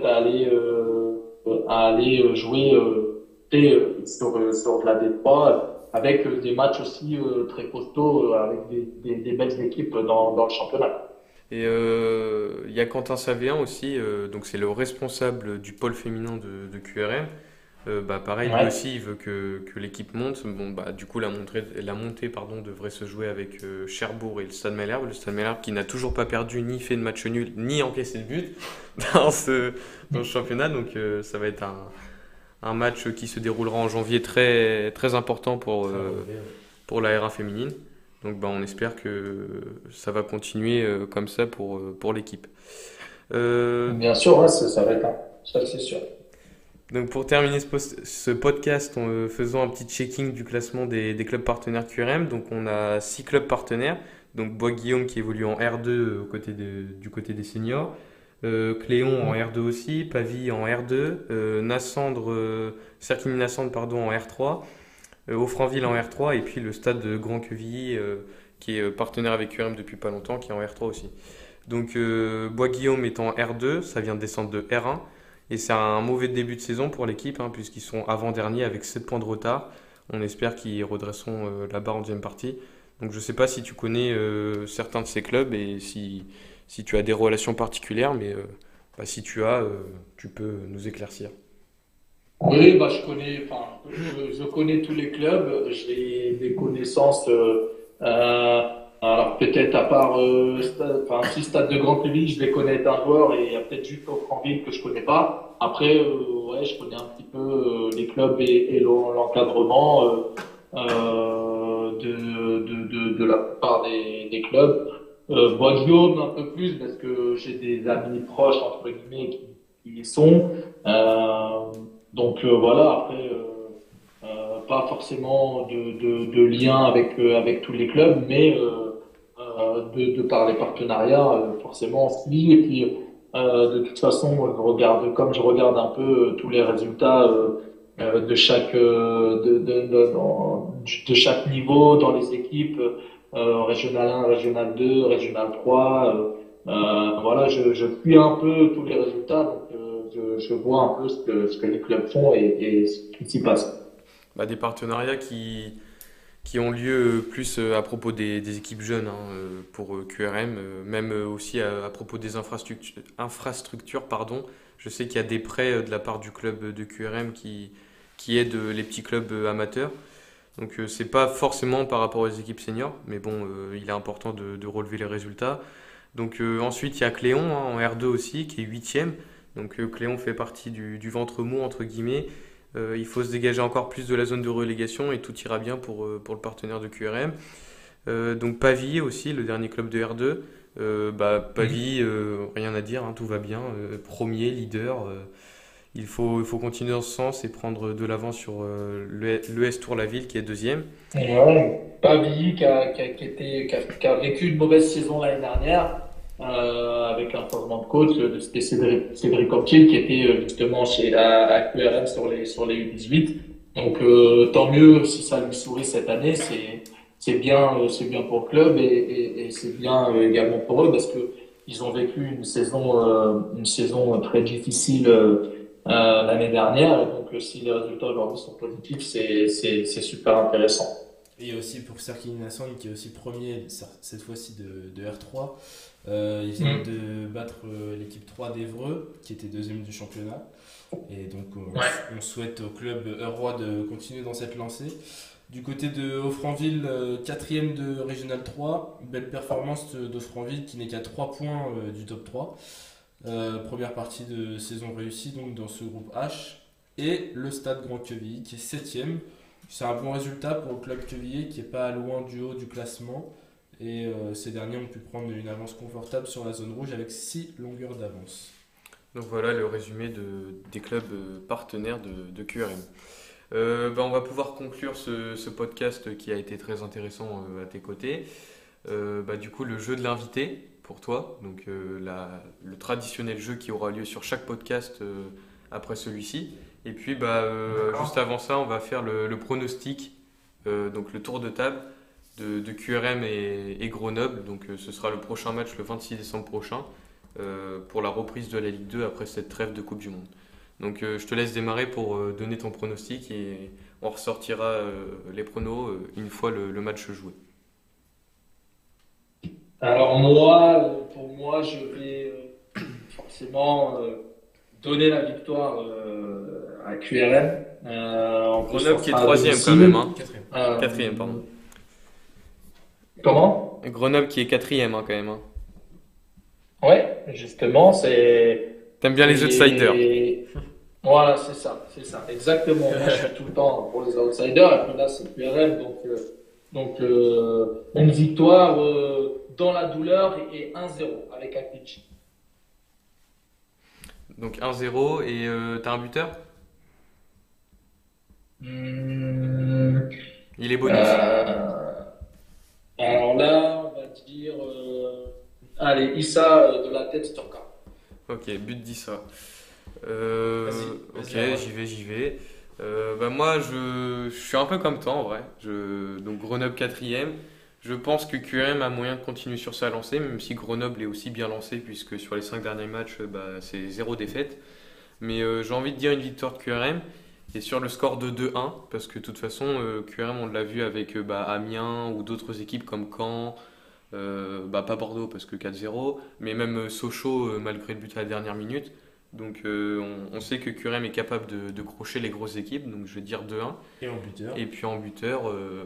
à aller jouer sur de la D3 avec des matchs aussi très costauds avec des belles équipes dans le championnat. Et il y a Quentin Savéen aussi, donc c'est le responsable du pôle féminin de QRM. Bah pareil, lui Ouais. aussi, il veut que l'équipe monte. Bon, bah, du coup, la montée pardon, devrait se jouer avec Cherbourg et le Stade Malherbe. Le Stade Malherbe qui n'a toujours pas perdu, ni fait de match nul, ni encaissé de but dans ce championnat. Donc, ça va être un match qui se déroulera en janvier très, très important Très relevé, ouais. pour la R1 féminine. Donc, bah, on espère que ça va continuer comme ça pour l'équipe. Euh, Bien sûr, ouais, ça va être ça c'est sûr. Donc pour terminer ce podcast, faisons un petit checking du classement des clubs partenaires QRM. Donc on a 6 clubs partenaires. Donc Bois-Guillaume qui évolue en R2 du côté des seniors. Cléon en R2 aussi. Pavie en R2. Nassandre, Cerquigny-Nassandre pardon, en R3. Offranville en R3. Et puis le stade de Grand-Quevilly qui est partenaire avec QRM depuis pas longtemps qui est en R3 aussi. Donc Bois-Guillaume est en R2. Ça vient de descendre de R1. Et c'est un mauvais début de saison pour l'équipe, puisqu'ils sont avant-derniers avec 7 points de retard. On espère qu'ils redresseront la barre en deuxième partie. Donc je ne sais pas si tu connais certains de ces clubs et si tu as des relations particulières, mais bah, si tu as, tu peux nous éclaircir. Oui, bah, je connais tous les clubs. J'ai des connaissances. Alors peut-être à part, si Stade de Grand Quevilly, je les connais d'un joueur et il y a peut-être juste Offranville que je connais pas. Après, ouais, je connais un petit peu les clubs et l'encadrement. de la plupart des clubs. Bois-de-Jaume un peu plus parce que j'ai des amis proches entre guillemets qui y sont. Voilà. Après, pas forcément de lien avec tous les clubs, mais de par les partenariats, forcément si. Et puis de toute façon, moi, je regarde un peu tous les résultats de chaque de chaque niveau dans les équipes, régional 1, régional 2, régional 3. Voilà, je suis un peu tous les résultats, donc je vois un peu ce que les clubs font et ce qui s'y passe. Des partenariats qui ont lieu plus à propos des équipes jeunes pour QRM, même aussi à propos des infrastructures, pardon. Je sais qu'il y a des prêts de la part du club de QRM qui aident les petits clubs amateurs. Donc c'est pas forcément par rapport aux équipes seniors, mais bon, il est important de relever les résultats. Donc ensuite il y a Cléon en R2 aussi, qui est 8e. Donc Cléon fait partie du ventre mou, entre guillemets. Il faut se dégager encore plus de la zone de relégation et tout ira bien pour le partenaire de QRM. Donc Pavie aussi, le dernier club de R2. Pavie, rien à dire, tout va bien. Premier, leader. Il faut continuer dans ce sens et prendre de l'avance sur l'ES Tour-la-Ville qui est deuxième. Ouais, Pavie qui a vécu une mauvaise saison l'année dernière avec un changement de coach. C'était Cédric Optil qui était justement à QRM sur les U18. Donc tant mieux si ça lui sourit cette année. C'est bien pour le club et c'est bien également pour eux parce que ils ont vécu une saison très difficile l'année dernière. Et donc si les résultats aujourd'hui sont positifs, c'est super intéressant. Et aussi pour Serkini Nassan qui est aussi premier cette fois-ci de R3. Ils viennent de battre l'équipe 3 d'Evreux qui était deuxième du championnat. Et donc on souhaite au club Roi de continuer dans cette lancée. Du côté de Offranville, 4e de Régional 3, belle performance d'Offranville qui n'est qu'à 3 points du top 3. Première partie de saison réussie donc dans ce groupe H. Et le Stade Grand Quevilly qui est 7e. C'est un bon résultat pour le club quevillier qui n'est pas loin du haut du classement. Et ces derniers ont pu prendre une avance confortable sur la zone rouge avec 6 longueurs d'avance. Donc voilà le résumé des clubs partenaires de QRM. On va pouvoir conclure ce podcast qui a été très intéressant à tes côtés. Du coup, le jeu de l'invité pour toi, donc le traditionnel jeu qui aura lieu sur chaque podcast après celui-ci. Et puis, juste avant ça, on va faire le pronostic, donc le tour de table de QRM et Grenoble. Donc, ce sera le prochain match le 26 décembre prochain pour la reprise de la Ligue 2 après cette trêve de Coupe du Monde. Donc, je te laisse démarrer pour donner ton pronostic et on ressortira les pronos une fois le match joué. Alors pour moi, je vais forcément donner la victoire à QRM. Grenoble qui est 3e quand même. 4e, pardon. Comment ? Grenoble qui est 4e quand même. Ouais, justement, c'est... T'aimes bien les outsiders. Voilà, c'est ça, exactement. Moi, je suis tout le temps pour les outsiders, et puis là, c'est QRM, donc une victoire dans la douleur et 1-0 avec Aklic. Donc 1-0, et t'as un buteur ? Il est bonus. Alors là, on va dire... allez, Issa de la tête sur cas. Ok, but d'Issa. Vas-y, j'y vais. Moi, je suis un peu comme toi en vrai. Donc Grenoble 4e. Je pense que QRM a moyen de continuer sur sa lancée, même si Grenoble est aussi bien lancé, puisque sur les 5 derniers matchs, c'est 0 défaite. Mais j'ai envie de dire une victoire de QRM. Et sur le score de 2-1, parce que de toute façon, QRM, on l'a vu avec Amiens ou d'autres équipes comme Caen, pas Bordeaux parce que 4-0, mais même Sochaux malgré le but à la dernière minute. Donc on sait que QRM est capable de crocher les grosses équipes, donc je vais dire 2-1. Et en buteur. Et puis en buteur,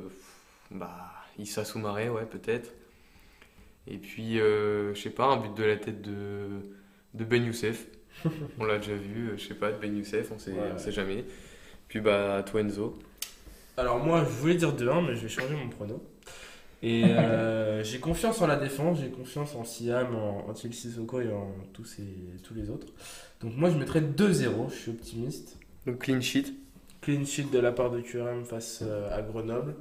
Issa Soumaré, ouais, peut-être. Et puis, je sais pas, un but de la tête de Ben Youssef. On l'a déjà vu, je sais pas, de Ben Youssef, on sait jamais. Puis toi Enzo. Alors moi, je voulais dire 2-1, mais je vais changer mon prono. Et j'ai confiance en la défense, j'ai confiance en Siam, en Chelsea Sissoko et en tous les autres. Donc moi, je mettrais 2-0, je suis optimiste. Donc clean sheet. Clean sheet de la part de QRM face à Grenoble.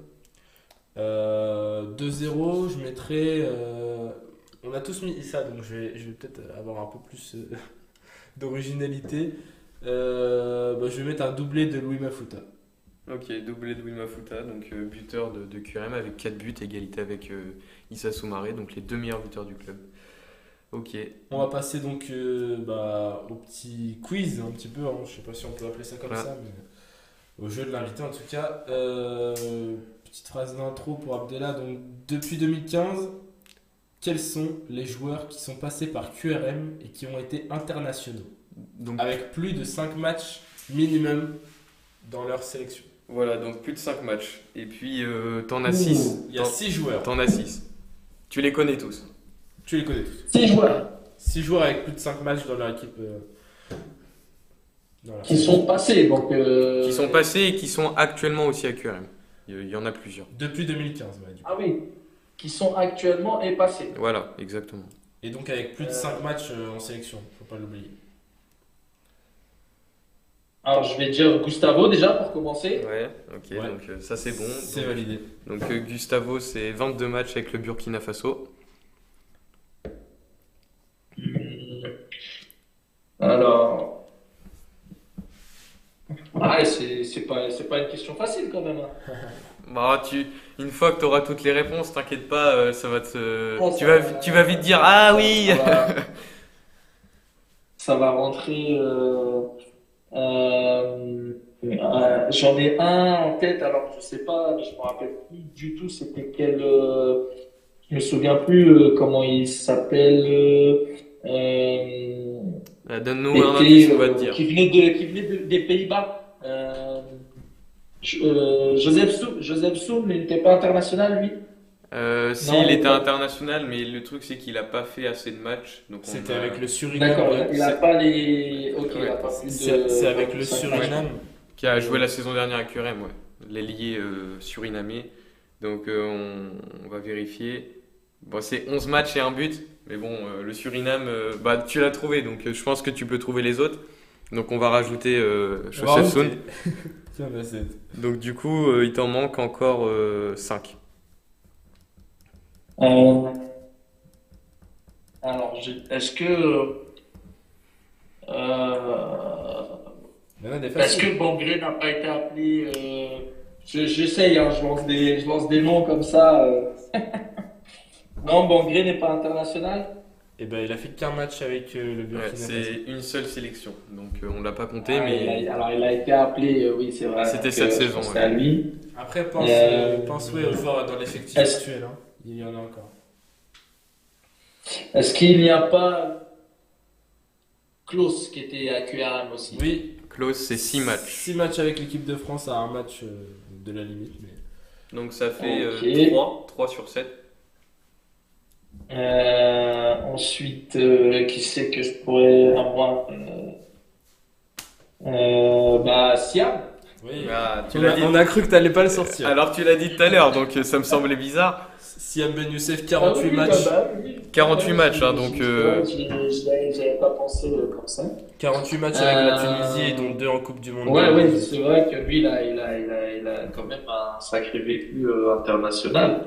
2-0, je mettrais... on a tous mis ça, donc je vais peut-être avoir un peu plus d'originalité. Je vais mettre un doublé de Louis Mafuta. Ok, doublé de Louis Mafuta, donc buteur de QRM avec 4 buts, égalité avec Issa Soumaré, donc les 2 meilleurs buteurs du club. Ok. On va passer donc au petit quiz, un petit peu, hein. Je sais pas si on peut appeler ça comme ça, mais au jeu de l'invité en tout cas. Petite phrase d'intro pour Abdella. Donc, depuis 2015, quels sont les joueurs qui sont passés par QRM et qui ont été internationaux, Donc, avec plus de 5 matchs minimum dans leur sélection? voilà, donc plus de 5 matchs. Et puis, t'en as 6. Il y a 6 joueurs. T'en as 6. Tu les connais tous. Tu les connais tous. 6 joueurs 6 joueurs avec plus de 5 matchs dans leur équipe. qui sont passés. Donc, Qui sont passés et qui sont actuellement aussi à QRM. Il y en a plusieurs. Depuis 2015, ouais, du coup. Ah oui, qui sont actuellement et passés. Voilà, exactement. Et donc avec plus de 5 matchs en sélection, faut pas l'oublier. Alors, je vais dire Gustavo déjà pour commencer. Ouais, ok, Ouais. donc ça c'est bon. C'est Donc, validé. donc Gustavo, c'est 22 matchs avec le Burkina Faso. Alors. Ah, c'est pas une question facile quand même. Hein. Bah, une fois que tu auras toutes les réponses, t'inquiète pas, ça va te. Oh, tu vas vite dire ah oui. Ça va rentrer. J'en ai un en tête, alors je sais pas, mais je me rappelle plus du tout c'était quel. Je me souviens plus comment il s'appelle. Donne-nous un indice, on va te dire. Qui venait des Pays-Bas. Joseph Soum, il n'était pas international lui. Si, Non, il était pas. international, mais le truc c'est qu'il a pas fait assez de matchs. Donc C'était avec le Suriname. D'accord, ouais. il a pas les. Ok, il a pas plus de. C'est avec le 5 matchs. Suriname. Qui a joué la saison dernière à QRM, ouais. L'ailier surinamé. Donc on va vérifier. Bon, c'est 11 matchs et un but. Mais bon, le Suriname, tu l'as trouvé. Donc je pense que tu peux trouver les autres. Donc on va rajouter Joseph Soun. Tiens, bah, c'est... Donc du coup, il t'en manque encore 5. Alors, est-ce que. Il y en a des Est-ce faciles. que Bangré n'a pas été appelé j'essaye, hein, je lance des noms comme ça. Non, Bangré n'est pas international. Et ben il a fait qu'un match avec le Burkina Ouais, Faso. c'est une seule sélection. Donc on l'a pas compté, Ah, mais alors, il a été appelé, oui, c'est vrai. C'était Donc, cette je saison, pense que ouais. c'est à lui. Après, pense ouais, aux joueurs dans l'effectif Est-ce- actuel. Hein. Il y en a encore. Est-ce qu'il n'y a pas Klaus qui était à QRM aussi? oui, Klaus, c'est 6 matchs. 6 matchs avec l'équipe de France à un match de la limite. Mais... Donc ça fait Ok. 3 sur 7. Ensuite, qui c'est que je pourrais avoir Siam. Oui. Ah, tu On l'as a, dit. on a cru que t'allais pas le sortir. Alors tu l'as dit tout à l'heure, donc ça me semblait bizarre. Siam Ben Youssef, Ah 48 oui, matchs. oui. 48 matchs, hein, donc, J'avais pas pensé comme ça. 48 matchs avec la Tunisie, dont 2 en Coupe du Monde. Ouais, c'est vrai que lui, il a quand même un sacré vécu international.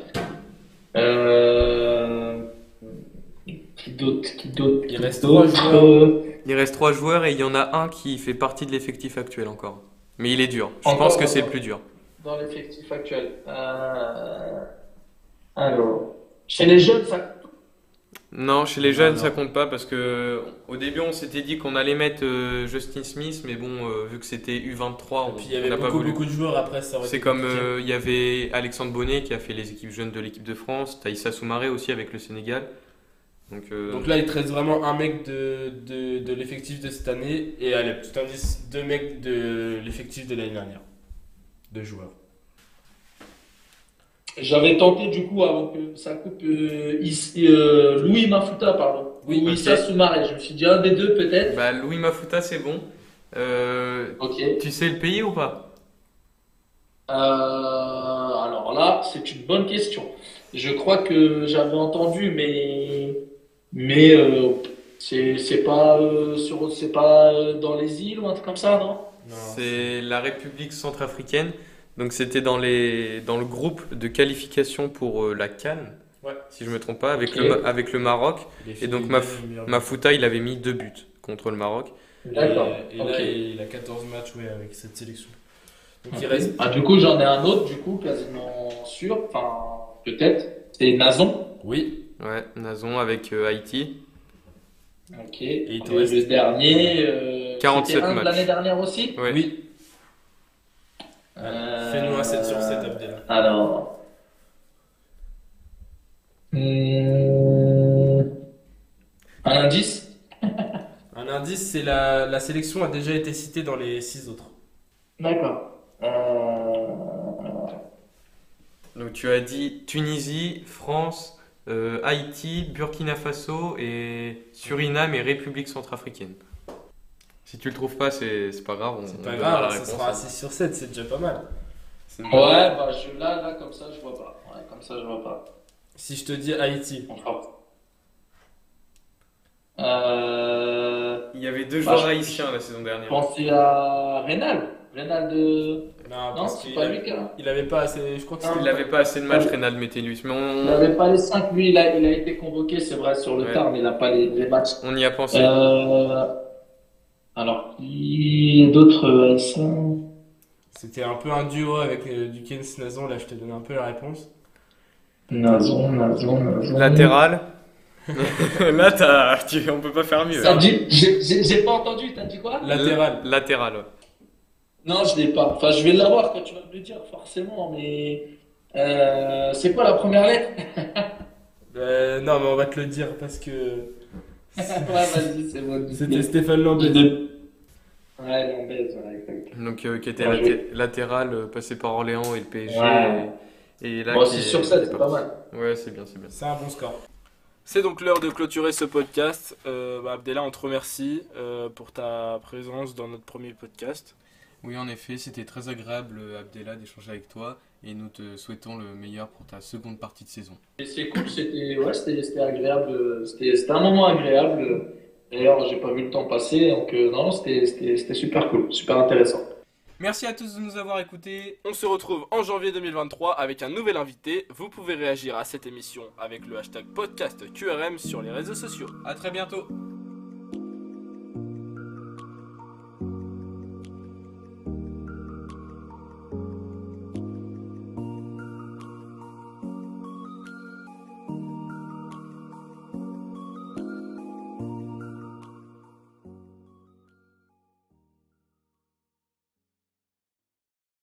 Qui d'autre? Il reste Qui d'autre 3 joueurs. Il reste 3 joueurs et il y en a un qui fait partie de l'effectif actuel encore. Mais il est dur. Je Encore, pense que c'est le encore. plus dur. Dans l'effectif actuel. Alors, chez les jeunes, ça. Non, chez les jeunes, Non. ça compte pas parce que au début, on s'était dit qu'on allait mettre Justin Smith, mais bon, vu que c'était U23, Et puis il y on avait n'a pas voulu. beaucoup de joueurs après, ça aurait C'est été comme compliqué. il y avait Alexandre Bonnet qui a fait les équipes jeunes de l'équipe de France, Taïssa Soumaré aussi avec le Sénégal. Donc là, il te reste vraiment un mec de l'effectif de cette année et allez, tout indice, 2 mecs de l'effectif de l'année dernière. 2 joueurs. J'avais tenté du coup avant que ça coupe Louis Mafuta, pardon. Oui, Ou ok. Issa Soumaré. Je me suis dit un des deux peut-être. bah, Louis Mafuta, c'est bon. Ok. Tu sais le pays ou pas? Alors là, c'est une bonne question. Je crois que j'avais entendu, mais c'est pas dans les îles ou un truc comme ça, non? Non, C'est la République centrafricaine. Donc c'était dans le groupe de qualification pour la CAN, Ouais. si je me trompe pas, Ok, avec le Maroc. Il a Et fait donc les deux meilleurs Mafuta, il avait mis 2 buts contre le Maroc. d'accord. Et Ok. là, il a 14 matchs ouais, avec cette sélection. Donc il Ok. reste. Ah, du coup, j'en ai un autre, du coup, quasiment sûr. Enfin, peut-être. C'est Nazon. Oui. Ouais, Nazon avec Haïti. Ok. Et il te Et reste. le dernier, 47 c'était un de matchs. l'année dernière aussi? Ouais. Oui. Fais-nous un 7 sur 7, Abdel. Alors. Hmm, un indice? Un indice, c'est la sélection a déjà été citée dans les 6 autres. D'accord. Donc tu as dit Tunisie, France, Haïti, Burkina Faso et Suriname et République centrafricaine. Si tu le trouves pas, c'est pas grave. C'est on pas donnera la grave, ça réponse. sera 6 sur 7, c'est déjà pas mal. C'est Ouais, une bonne- bah là, comme ça, je vois pas. Ouais, comme ça, je vois pas. Si je te dis Haïti, Enfin. Il y avait 2 Bah, joueurs haïtiens la saison je dernière. pensais à Rénal. Rénal de. non, Non, parce c'est qu'il pas lui qui a. il avait pas assez. Je crois que Non. Il n'avait pas assez de matchs, Reynald Métellus. Mais Il n'avait pas les 5, lui, il a été convoqué, c'est vrai, sur le Ouais. tard, mais il n'a pas les matchs. on y a pensé. Alors, qui d'autres haïtiens? c'était un peu un duo avec Dukens Nazon. Là, je te donne un peu la réponse. Nazon. Latéral. Là, on peut pas faire mieux. T'as dit, j'ai pas entendu, t'as dit quoi? Latéral. Latéral, ouais. Non, je l'ai pas. Enfin, je vais l'avoir quand tu vas me le dire, forcément, mais c'est quoi la première lettre? Non, mais on va te le dire parce que Ouais, vas-y, c'est bon. c'était Stéphane Lambert. Ouais, Lambez, ouais, exact. Donc qui était Bien joué. latéral, passé par Orléans et le PSG. Ouais. Et là, Bon, qui 6 est- sur qui 7, est c'est pas parti. mal. Ouais, c'est bien, c'est bien. C'est un bon score. C'est donc l'heure de clôturer ce podcast. Abdella, on te remercie pour ta présence dans notre premier podcast. Oui, en effet, c'était très agréable, Abdella, d'échanger avec toi. Et nous te souhaitons le meilleur pour ta seconde partie de saison. Et c'est cool, c'était agréable, c'était un moment agréable. D'ailleurs, j'ai pas vu le temps passer, donc non, c'était super cool, super intéressant. Merci à tous de nous avoir écoutés. On se retrouve en janvier 2023 avec un nouvel invité. Vous pouvez réagir à cette émission avec le hashtag podcast QRM sur les réseaux sociaux. À très bientôt.